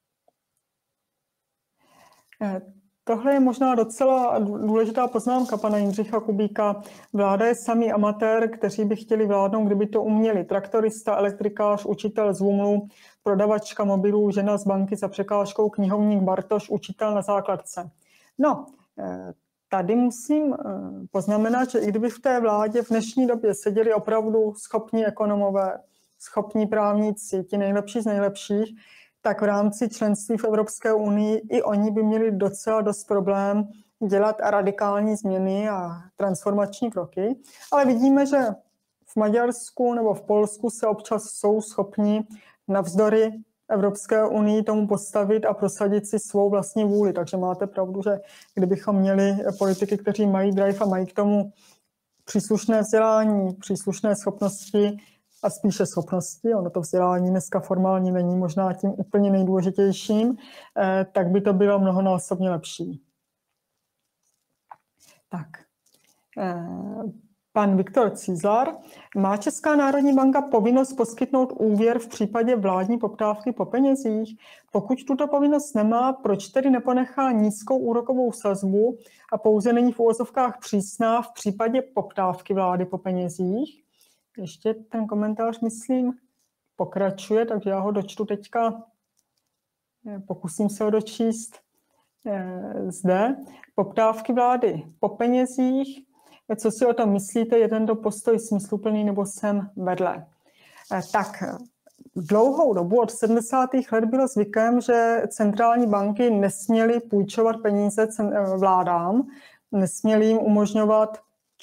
Tohle je možná docela důležitá poznámka pana Jindřicha Kubíka. Vláda je samý amatér, kteří by chtěli vládnout, kdyby to uměli. Traktorista, elektrikář, učitel z Vumlu, prodavačka mobilů, žena z banky za překážkou, knihovník Bartoš, učitel na základce. No, tady musím poznamenat, že i kdyby v té vládě v dnešní době seděli opravdu schopní ekonomové, schopní právníci, ti nejlepší z nejlepších, tak v rámci členství v Evropské unii i oni by měli docela dost problém dělat radikální změny a transformační kroky. Ale vidíme, že v Maďarsku nebo v Polsku se občas jsou schopni navzdory Evropské unii tomu postavit a prosadit si svou vlastní vůli. Takže máte pravdu, že kdybychom měli politiky, kteří mají drive a mají k tomu příslušné vzdělání, příslušné schopnosti, a spíše schopnosti, ono to vzdělání dneska formálně není možná tím úplně nejdůležitějším, tak by to bylo mnohonásobně lepší. Tak, pan Viktor Cízar. Má Česká národní banka povinnost poskytnout úvěr v případě vládní poptávky po penězích? Pokud tuto povinnost nemá, proč tedy neponechá nízkou úrokovou sazbu a pouze není v uvozovkách přísná v případě poptávky vlády po penězích? Ještě ten komentář, myslím, pokračuje, takže já ho dočtu teďka, pokusím se ho dočíst zde. Poptávky vlády po penězích, co si o tom myslíte, je tento postoj smysluplný nebo jsem vedle? Tak dlouhou dobu od 70. let bylo zvykem, že centrální banky nesměly půjčovat peníze vládám, nesměly jim umožňovat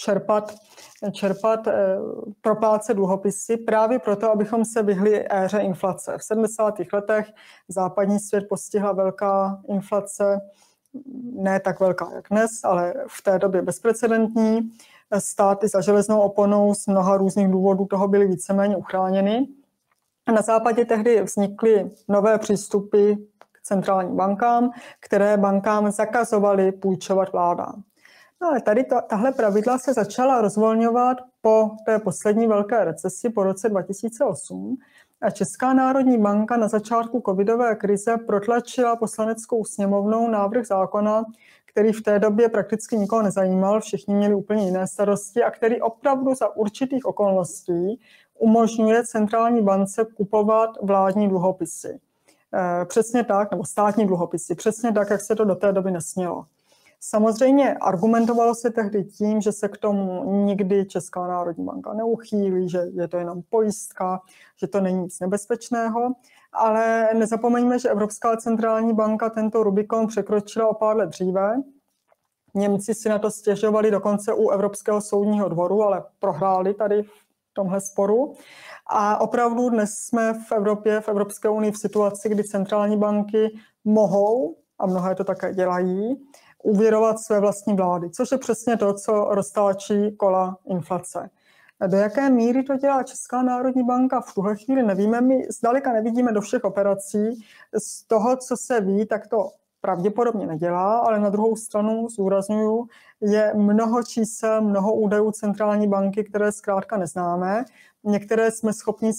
čerpat proplácet dluhopisy právě proto, abychom se vyhli éře inflace. V 70. letech západní svět postihla velká inflace, ne tak velká jak dnes, ale v té době bezprecedentní. Státy za železnou oponou z mnoha různých důvodů toho byly víceméně uchráněny. A na západě tehdy vznikly nové přístupy k centrálním bankám, které bankám zakazovaly půjčovat vládám. No ale tady tahle pravidla se začala rozvolňovat po té poslední velké recesi po roce 2008 a Česká národní banka na začátku covidové krize protlačila poslaneckou sněmovnou návrh zákona, který v té době prakticky nikoho nezajímal, všichni měli úplně jiné starosti a který opravdu za určitých okolností umožňuje centrální bance kupovat vládní dluhopisy. Přesně tak, nebo státní dluhopisy, přesně tak, jak se to do té doby nesmělo. Samozřejmě argumentovalo se tehdy tím, že se k tomu nikdy Česká národní banka neuchýlí, že je to jenom pojistka, že to není nic nebezpečného, ale nezapomeňme, že Evropská centrální banka tento Rubikon překročila o pár let dříve. Němci si na to stěžovali dokonce u Evropského soudního dvoru, ale prohráli tady v tomhle sporu. A opravdu dnes jsme v Evropě, v Evropské unii v situaci, kdy centrální banky mohou, a mnohé to také dělají, úvěrovat své vlastní vlády, což je přesně to, co roztáčí kola inflace. Do jaké míry to dělá Česká národní banka, v tuhle chvíli nevíme. My zdaleka nevidíme do všech operací. Z toho, co se ví, tak to pravděpodobně nedělá, ale na druhou stranu, zdůrazňuju, je mnoho čísel, mnoho údajů centrální banky, které zkrátka neznáme. Některé jsme schopni si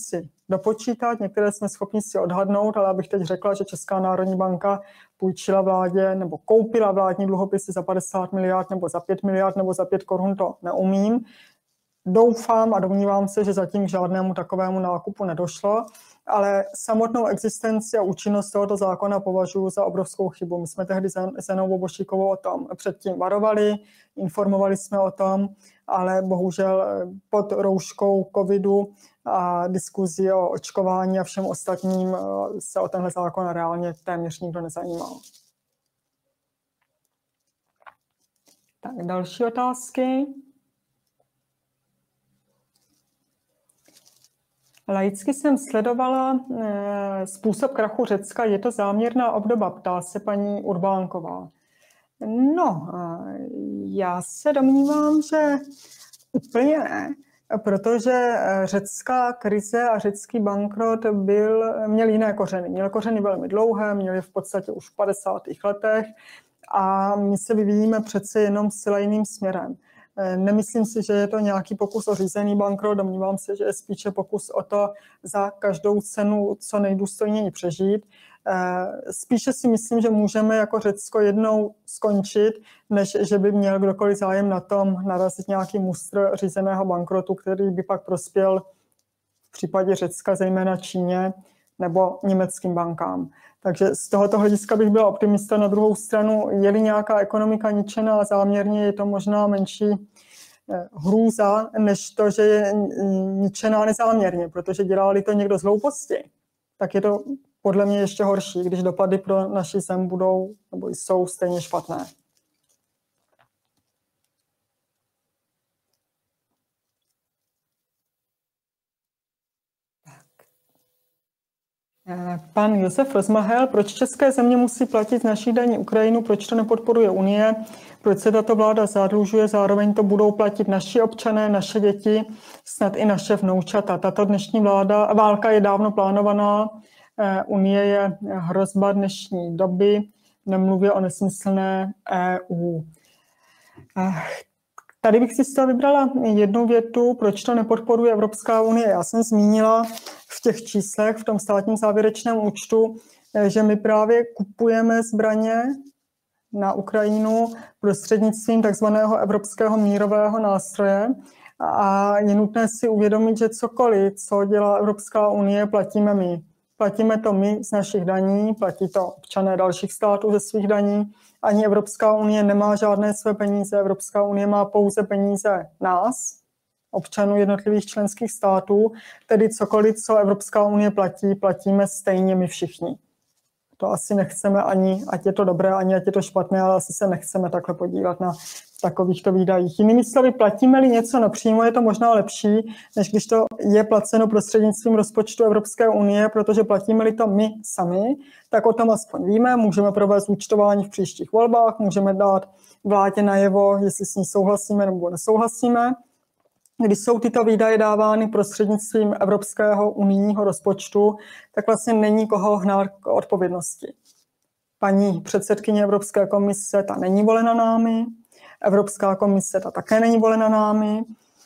dopočítat, některé jsme schopni si odhadnout, ale abych teď řekla, že Česká národní banka půjčila vládě nebo koupila vládní dluhopisy za 50 miliard nebo za 5 miliard nebo za 5 korun, to neumím. Doufám a domnívám se, že zatím k žádnému takovému nákupu nedošlo, ale samotnou existenci a účinnost tohoto zákona považuji za obrovskou chybu. My jsme tehdy s Janou Bobošíkovou o tom předtím varovali, informovali jsme o tom, ale bohužel pod rouškou covidu a diskuzí o očkování a všem ostatním se o tenhle zákon reálně téměř nikdo nezajímal. Tak, další otázky. Laicky jsem sledovala způsob krachu Řecka. Je to záměrná obdoba, ptá se paní Urbánková. No, já se domnívám, že úplně ne, protože řecká krize a řecký bankrot měl jiné kořeny. Měl kořeny velmi dlouhé, měly v podstatě už v 50. letech a my se vyvíjíme přece jenom zcela jiným směrem. Nemyslím si, že je to nějaký pokus o řízený bankrot, domnívám se, že je spíše pokus o to za každou cenu co nejdůstojněji přežít. Spíše si myslím, že můžeme jako Řecko jednou skončit, než že by měl kdokoliv zájem na tom narazit nějaký mustr řízeného bankrotu, který by pak prospěl v případě Řecka zejména Číně nebo německým bankám. Takže z tohoto hlediska bych byla optimista. Na druhou stranu, je-li nějaká ekonomika ničená záměrně, je to možná menší hrůza, než to, že je ničená nezáměrně, protože dělá-li to někdo z hlouposti, tak je to podle mě ještě horší, když dopady pro naši zem budou nebo jsou stejně špatné. Pan Josef Rozmahel, proč české země musí platit z našich daní Ukrajinu, proč to nepodporuje Unie, proč se tato vláda zadlužuje, zároveň to budou platit naši občané, naše děti, snad i naše vnoučata. Tato dnešní válka je dávno plánovaná, Unie je hrozba dnešní doby, nemluvě o nesmyslné EU. Tady bych si z toho vybrala jednu větu, proč to nepodporuje Evropská unie. Já jsem zmínila v těch číslech, v tom státním závěrečném účtu, že my právě kupujeme zbraně na Ukrajinu prostřednictvím takzvaného evropského mírového nástroje a je nutné si uvědomit, že cokoliv, co dělá Evropská unie, platíme my. Platíme to my z našich daní, platí to občané dalších států ze svých daní. Ani Evropská unie nemá žádné své peníze, Evropská unie má pouze peníze nás, občanů jednotlivých členských států, tedy cokoliv, co Evropská unie platí, platíme stejně my všichni. To asi nechceme ani, ať je to dobré, ani ať je to špatné, ale asi se nechceme takhle podívat na takovýchto výdajích. Jinými slovy, platíme-li něco napřímo, je to možná lepší, než když to je placeno prostřednictvím rozpočtu Evropské unie, protože platíme-li to my sami, tak o tom aspoň víme, můžeme provést účtování v příštích volbách, můžeme dát vládě najevo, jestli s ní souhlasíme nebo nesouhlasíme. Když jsou tyto výdaje dávány prostřednictvím evropského unijního rozpočtu, tak vlastně není koho hnát k odpovědnosti. Paní předsedkyně Evropské komise, ta není volena námi, Evropská komise, ta také není volena námi.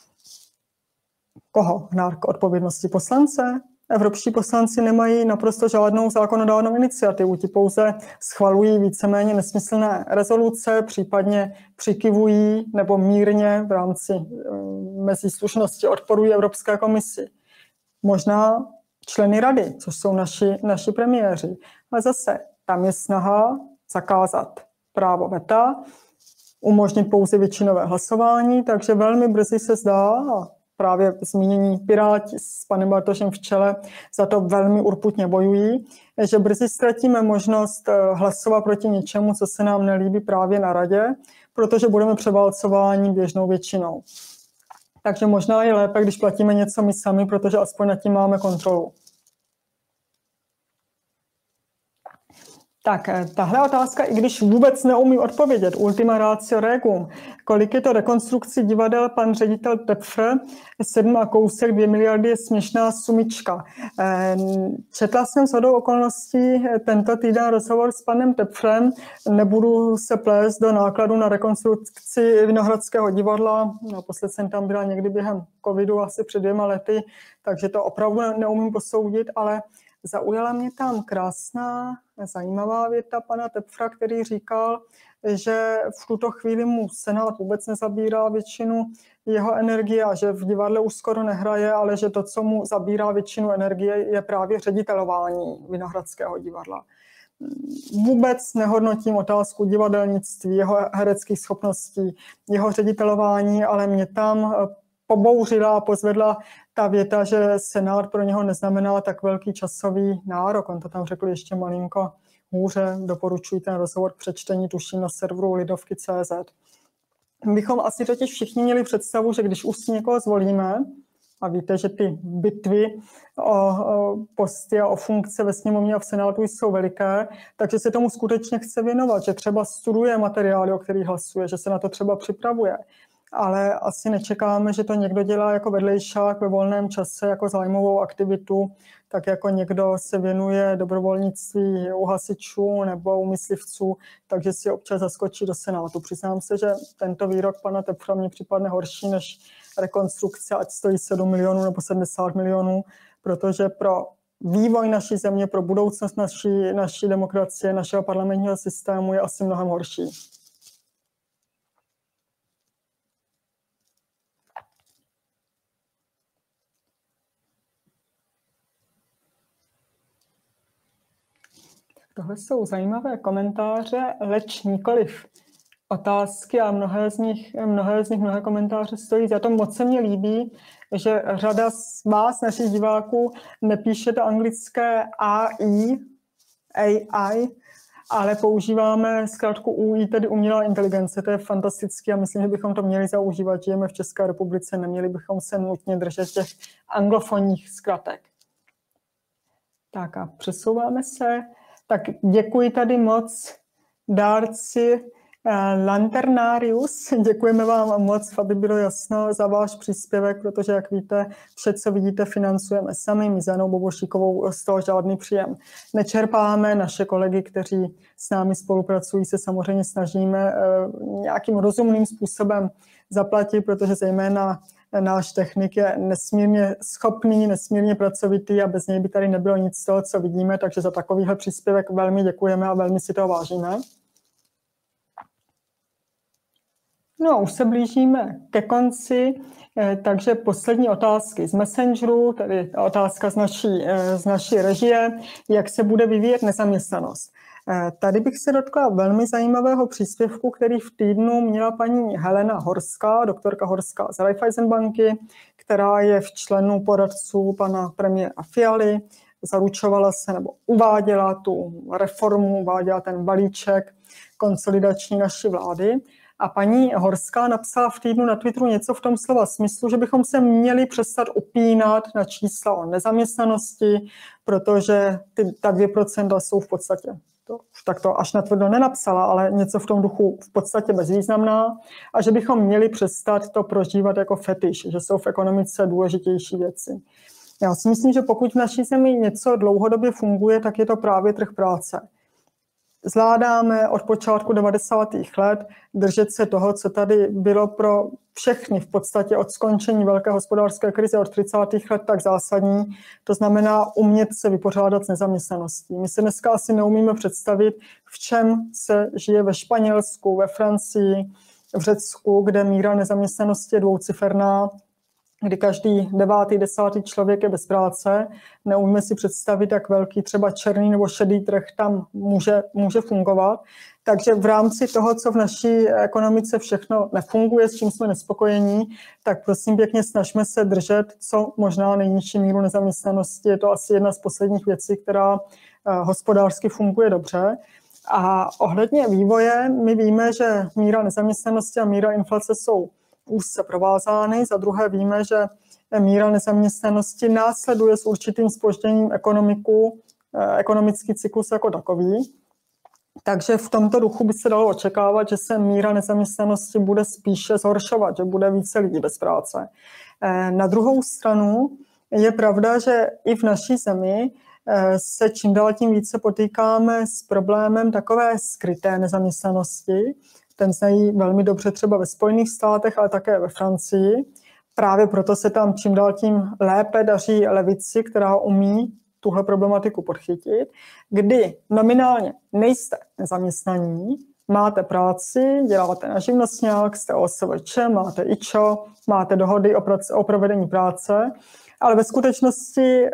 Koho hnát k odpovědnosti? Poslance? Evropští poslanci nemají naprosto žádnou zákonodárnou iniciativu, ti pouze schvalují víceméně nesmyslné rezoluce, případně přikyvují nebo mírně v rámci mezislušnosti odporují Evropské komisi. Možná členy rady, což jsou naši premiéři, ale zase tam je snaha zakázat právo veta, umožnit pouze většinové hlasování, takže velmi brzy se zdá, a právě zmínění Piráti s panem Bartošem v čele za to velmi urputně bojují, že brzy ztratíme možnost hlasovat proti něčemu, co se nám nelíbí právě na radě, protože budeme převálcováni běžnou většinou. Takže možná je lépe, když platíme něco my sami, protože aspoň nad tím máme kontrolu. Tak, tahle otázka, i když vůbec neumím odpovědět, ultima ratio regum, kolik je to rekonstrukcí divadel, pan ředitel Tepfr, 7 a kousek, 2 miliardy je směšná sumička. Četla jsem shodou okolností tento týden rozhovor s panem Tepfrem, nebudu se plést do nákladu na rekonstrukci Vinohradského divadla, naposled jsem tam byla někdy během covidu, asi před 2 lety, takže to opravdu neumím posoudit, ale zaujala mě tam krásná, zajímavá věta pana Tepfra, který říkal, že v tuto chvíli mu Senát vůbec nezabírá většinu jeho energie a že v divadle už skoro nehraje, ale že to, co mu zabírá většinu energie, je právě ředitelování Vinohradského divadla. Vůbec nehodnotím otázku divadelnictví, jeho hereckých schopností, jeho ředitelování, ale mě tam pobouřila a pozvedla ta věta, že Senát pro něho neznamená tak velký časový nárok. On to tam řekl ještě malinko hůře. Doporučuji ten rozhovor k přečtení, tuším na serveru Lidovky.cz. Bychom asi totiž všichni měli představu, že když už si někoho zvolíme, a víte, že ty bitvy o posty a o funkce ve sněmovně a v Senátu jsou veliké, takže se tomu skutečně chce věnovat, že třeba studuje materiály, o kterých hlasuje, že se na to třeba připravuje. Ale asi nečekáme, že to někdo dělá jako vedlejšák ve volném čase, jako zájmovou aktivitu, tak jako někdo se věnuje dobrovolnictví u hasičů nebo u myslivců, takže si občas zaskočí do Senátu. Přiznám se, že tento výrok pana Tepfra mě připadne horší než rekonstrukce, ať stojí 7 milionů nebo 70 milionů, protože pro vývoj naší země, pro budoucnost naší demokracie, našeho parlamentního systému je asi mnohem horší. Tohle jsou zajímavé komentáře, leč nikoliv otázky a mnohé komentáře stojí. Za to moc se mně líbí, že řada z vás, našich diváků, nepíšete anglické AI, ale používáme zkrátku UI, tedy umělá inteligence. To je fantastické a myslím, že bychom to měli zaužívat. Žijeme v České republice, neměli bychom se nutně držet těch anglofonních zkratek. Tak a přesouváme se. Tak děkuji tady moc dárci Lanternarius. Děkujeme vám moc, aby bylo jasno, za váš příspěvek, protože, jak víte, vše, co vidíte, financujeme sami. My s Janou Bobošíkovou z toho žádný příjem nečerpáme. Naše kolegy, kteří s námi spolupracují, se samozřejmě snažíme nějakým rozumným způsobem zaplatit, protože zejména náš technik je nesmírně schopný, nesmírně pracovitý a bez něj by tady nebylo nic z toho, co vidíme, takže za takovýhle příspěvek velmi děkujeme a velmi si toho vážíme. No, už se blížíme ke konci, takže poslední otázky z Messengeru, tedy otázka z naší režie, jak se bude vyvíjet nezaměstnanost. Tady bych se dotkla velmi zajímavého příspěvku, který v týdnu měla paní Helena Horská, doktorka Horská z Raiffeisenbanky, která je v členu poradců pana premiéra Fialy, zaručovala se nebo uváděla tu reformu, uváděla ten balíček konsolidační naší vlády. A paní Horská napsala v týdnu na Twitteru něco v tom slova smyslu, že bychom se měli přestat upínat na čísla o nezaměstnanosti, protože ta 2% jsou v podstatě, tak to až natvrdo nenapsala, ale něco v tom duchu v podstatě bezvýznamná a že bychom měli přestat to prožívat jako fetiš, že jsou v ekonomice důležitější věci. Já si myslím, že pokud v naší zemi něco dlouhodobě funguje, tak je to právě trh práce. Zvládáme od počátku 90. let držet se toho, co tady bylo pro všechny v podstatě od skončení velké hospodářské krize od 30. let tak zásadní. To znamená umět se vypořádat s nezaměstnaností. My se dneska asi neumíme představit, v čem se žije ve Španělsku, ve Francii, v Řecku, kde míra nezaměstnanosti je dvouciferná, kdy každý 9., 10. člověk je bez práce. Neumíme si představit, jak velký třeba černý nebo šedý trh tam může fungovat. Takže v rámci toho, co v naší ekonomice všechno nefunguje, s čím jsme nespokojení, tak prosím pěkně snažme se držet co možná nejnižší míru nezaměstnanosti. Je to asi jedna z posledních věcí, která hospodářsky funguje dobře. A ohledně vývoje my víme, že míra nezaměstnanosti a míra inflace jsou úzce provázány. Za druhé víme, že míra nezaměstnanosti následuje s určitým zpožděním ekonomický cyklus jako takový. Takže v tomto duchu by se dalo očekávat, že se míra nezaměstnanosti bude spíše zhoršovat, že bude více lidí bez práce. Na druhou stranu je pravda, že i v naší zemi se čím dál tím více potýkáme s problémem takové skryté nezaměstnanosti. Ten znají velmi dobře třeba ve Spojených státech, ale také ve Francii. Právě proto se tam čím dál tím lépe daří levici, která umí tuhle problematiku podchytit, kdy nominálně nejste nezaměstnaní, máte práci, děláte na živnostňák, jste OSVČ, máte IČO, máte dohody o provedení práce, ale ve skutečnosti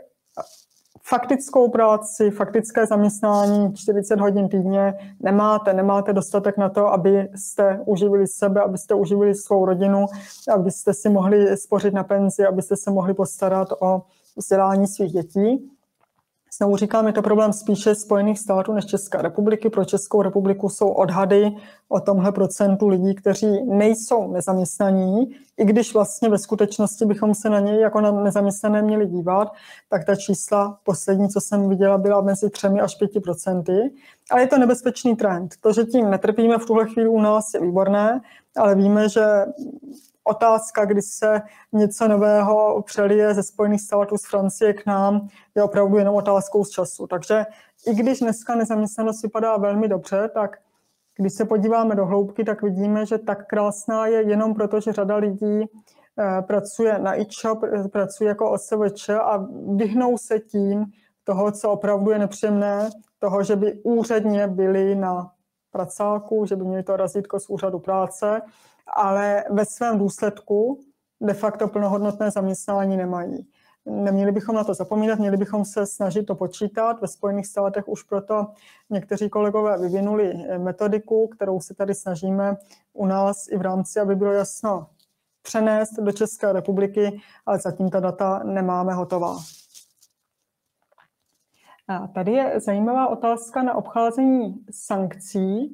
faktickou práci, faktické zaměstnání 40 hodin týdně nemáte dostatek na to, abyste uživili sebe, abyste uživili svou rodinu, abyste si mohli spořit na penzi, abyste se mohli postarat o vzdělání svých dětí. Znovu říkám, je to problém spíše Spojených států než České republiky. Pro Českou republiku jsou odhady o tomhle procentu lidí, kteří nejsou nezaměstnaní, i když vlastně ve skutečnosti bychom se na něj jako na nezaměstnané měli dívat, tak ta čísla poslední, co jsem viděla, byla mezi 3 až 5%. Ale je to nebezpečný trend. To, že tím netrpíme v tuhle chvíli u nás, je výborné, ale víme, že otázka, kdy se něco nového přelije ze Spojených států z Francie k nám, je opravdu jenom otázkou z času. Takže i když dneska nezaměstnanost vypadá velmi dobře, tak když se podíváme do hloubky, tak vidíme, že tak krásná je jenom proto, že řada lidí pracuje na IČO, pracuje jako OSVČ a vyhnou se tím toho, co opravdu je nepříjemné, toho, že by úředně byli na pracáku, že by měli to razítko z úřadu práce, ale ve svém důsledku de facto plnohodnotné zaměstnání nemají. Neměli bychom na to zapomínat, měli bychom se snažit to počítat. Ve Spojených státech už proto někteří kolegové vyvinuli metodiku, kterou se tady snažíme u nás i v rámci, aby bylo jasno, přenést do České republiky, ale zatím ta data nemáme hotová. A tady je zajímavá otázka na obcházení sankcí.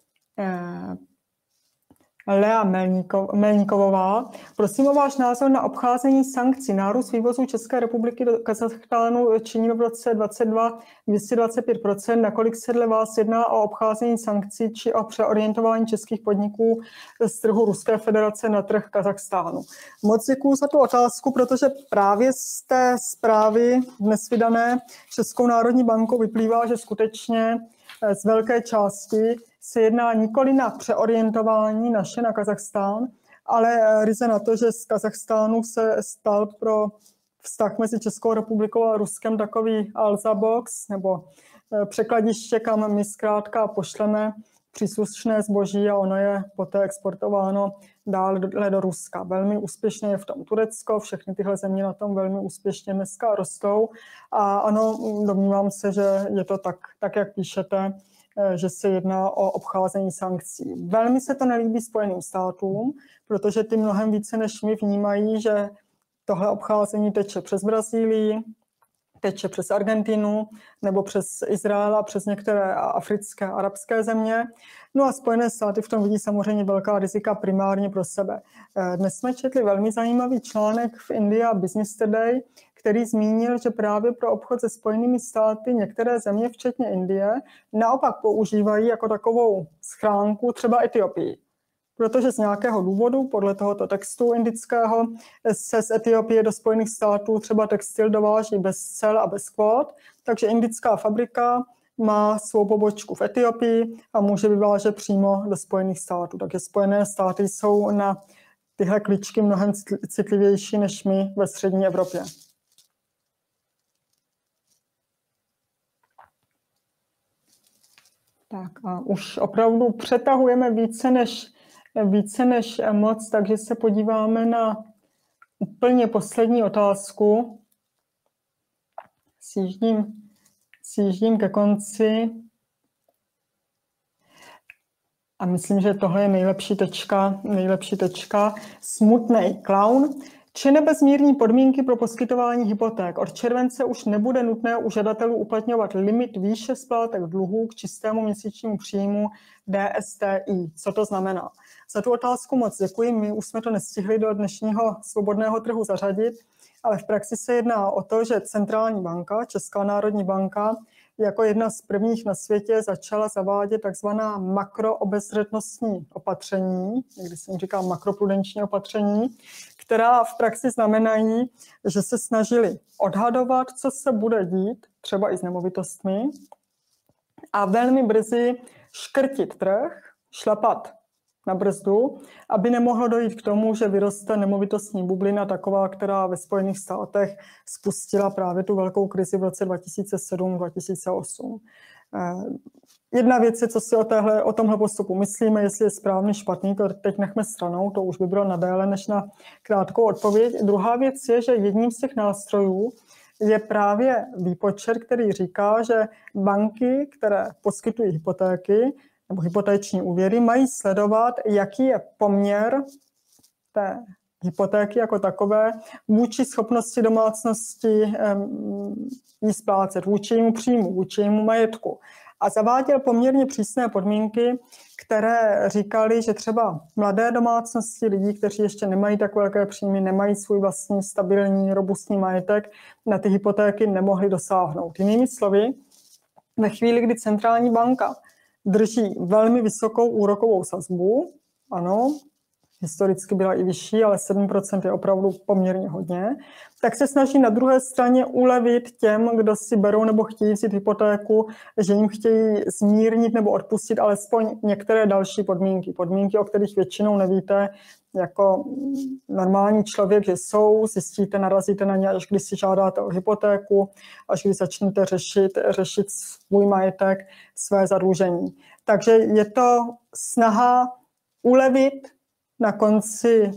Lea Melníkovová. Prosím o váš názor na obcházení sankcí. Nárůst vývozu České republiky do Kazachstánu činí v roce 2022 225%. Nakolik se dle vás jedná o obcházení sankcí či o přeorientování českých podniků z trhu Ruské federace na trh Kazachstánu? Moc děkuju za tu otázku, protože právě z té zprávy dnes vydané Českou národní bankou vyplývá, že skutečně z velké části se jedná nikoli na přeorientování naše na Kazachstán, ale ryze na to, že z Kazachstánu se stal pro vztah mezi Českou republikou a Ruskem takový Alza box, nebo překladiště, kam my zkrátka pošleme příslušné zboží a ono je poté exportováno dál do Ruska. Velmi úspěšně je v tom Turecko, všechny tyhle země na tom velmi úspěšně dneska rostou a ano, domnívám se, že je to tak jak píšete, že se jedná o obcházení sankcí. Velmi se to nelíbí Spojeným státům, protože ty mnohem více než my vnímají, že tohle obcházení teče přes Brazílii, teče přes Argentinu nebo přes Izrael a přes některé africké a arabské země. No a Spojené státy v tom vidí samozřejmě velká rizika primárně pro sebe. Dnes jsme četli velmi zajímavý článek v India Business Today, který zmínil, že právě pro obchod se Spojenými státy některé země, včetně Indie, naopak používají jako takovou schránku třeba Etiopii. Protože z nějakého důvodu, podle tohoto textu indického, se z Etiopie do Spojených států třeba textil dováží bez cel a bez kvót, takže indická fabrika má svou pobočku v Etiopii a může vyvážet přímo do Spojených států. Takže Spojené státy jsou na tyhle kličky mnohem citlivější než my ve střední Evropě. Tak a už opravdu přetahujeme více než moc, takže se podíváme na úplně poslední otázku. Sjíždím ke konci. A myslím, že tohle je nejlepší tečka. Smutnej klaun. Či nebezmírní podmínky pro poskytování hypoték. Od července už nebude nutné u žadatelů uplatňovat limit výše splátek dluhů k čistému měsíčnímu příjmu DSTI. Co to znamená? Za tu otázku moc děkuji. My už jsme to nestihli do dnešního svobodného trhu zařadit, ale v praxi se jedná o to, že centrální banka, Česká národní banka, jako jedna z prvních na světě začala zavádět takzvaná makroobezřetnostní opatření, někdy se jim říká makroprudenční opatření, která v praxi znamenají, že se snažili odhadovat, co se bude dít, třeba i s nemovitostmi, a velmi brzy škrtit trh, šlapat na brzdu, aby nemohlo dojít k tomu, že vyroste nemovitostní bublina taková, která ve Spojených státech spustila právě tu velkou krizi v roce 2007-2008. Jedna věc je, co si o tomhle postupu myslíme, jestli je správný, špatný, to teď nechme stranou, to už by bylo nadéle než na krátkou odpověď. Druhá věc je, že jedním z těch nástrojů je právě výpočet, který říká, že banky, které poskytují hypotéky nebo hypotéční úvěry, mají sledovat, jaký je poměr té hypotéky jako takové vůči schopnosti domácnosti ji splácet, vůči jejímu příjmu, vůči jejímu majetku. A zaváděl poměrně přísné podmínky, které říkaly, že třeba mladé domácnosti, lidí, kteří ještě nemají tak velké příjmy, nemají svůj vlastní stabilní, robustní majetek, na ty hypotéky nemohli dosáhnout. Jinými slovy, ve chvíli, kdy centrální banka drží velmi vysokou úrokovou sazbu, ano, historicky byla i vyšší, ale 7% je opravdu poměrně hodně, tak se snaží na druhé straně ulevit těm, kdo si berou nebo chtějí vzít hypotéku, že jim chtějí zmírnit nebo odpustit alespoň některé další podmínky. Podmínky, o kterých většinou nevíte jako normální člověk, že jsou, zjistíte, narazíte na ně, až když si žádáte o hypotéku, až když začnete řešit svůj majetek, své zadlužení. Takže je to snaha ulevit na konci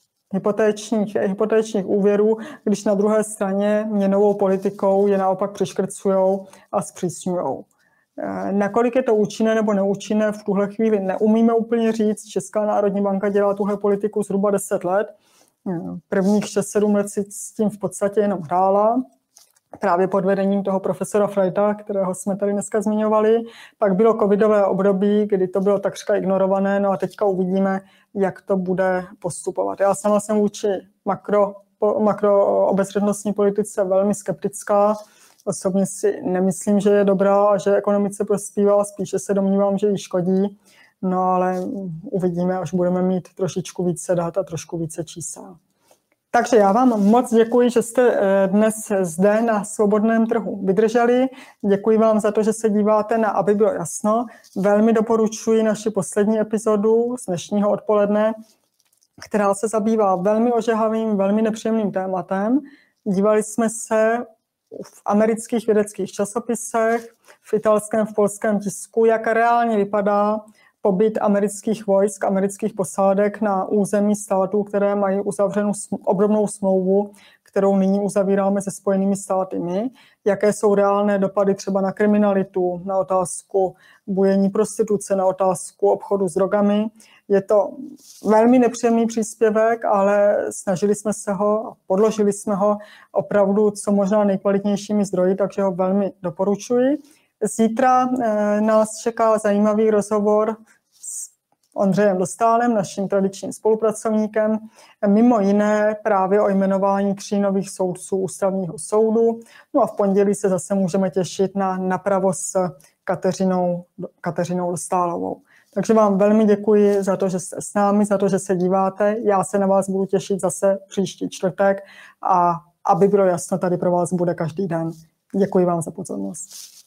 hypotečních úvěrů, když na druhé straně měnovou politikou je naopak přiškrcujou a zpřísňujou. Nakolik je to účinné nebo neúčinné, v tuhle chvíli neumíme úplně říct. Česká národní banka dělá tuhle politiku zhruba 10 let. Prvních 6-7 let si s tím v podstatě jenom hrála, právě pod vedením toho profesora Frejta, kterého jsme tady dneska zmiňovali. Pak bylo covidové období, kdy to bylo takřka ignorované, no a teďka uvidíme, jak to bude postupovat. Já sama jsem vůči makroobezřetnostní politice velmi skeptická. Osobně si nemyslím, že je dobrá a že ekonomice prospívá, spíše se domnívám, že jí škodí. No ale uvidíme, až budeme mít trošičku více dat a trošku více čísel. Takže já vám moc děkuji, že jste dnes zde na Svobodném trhu vydrželi. Děkuji vám za to, že se díváte na Aby bylo jasno. Velmi doporučuji naši poslední epizodu z dnešního odpoledne, která se zabývá velmi ožehavým, velmi nepříjemným tématem. Dívali jsme se v amerických vědeckých časopisech, v italském, v polském tisku, jak reálně vypadá pobyt amerických vojsk, amerických posádek na území států, které mají uzavřenou obdobnou smlouvu, kterou nyní uzavíráme se Spojenými státy my. Jaké jsou reálné dopady třeba na kriminalitu, na otázku bujení prostituce, na otázku obchodu s drogami. Je to velmi nepříjemný příspěvek, ale snažili jsme se ho, podložili jsme ho opravdu co možná nejkvalitnějšími zdroji, takže ho velmi doporučuji. Zítra nás čeká zajímavý rozhovor s Ondřejem Dostálem, naším tradičním spolupracovníkem, mimo jiné právě o jmenování 3 nových soudců Ústavního soudu. No a v pondělí se zase můžeme těšit na napravo s Kateřinou Dostálovou. Takže vám velmi děkuji za to, že jste s námi, za to, že se díváte. Já se na vás budu těšit zase příští čtvrtek a aby bylo jasno, tady pro vás bude každý den. Děkuji vám za pozornost.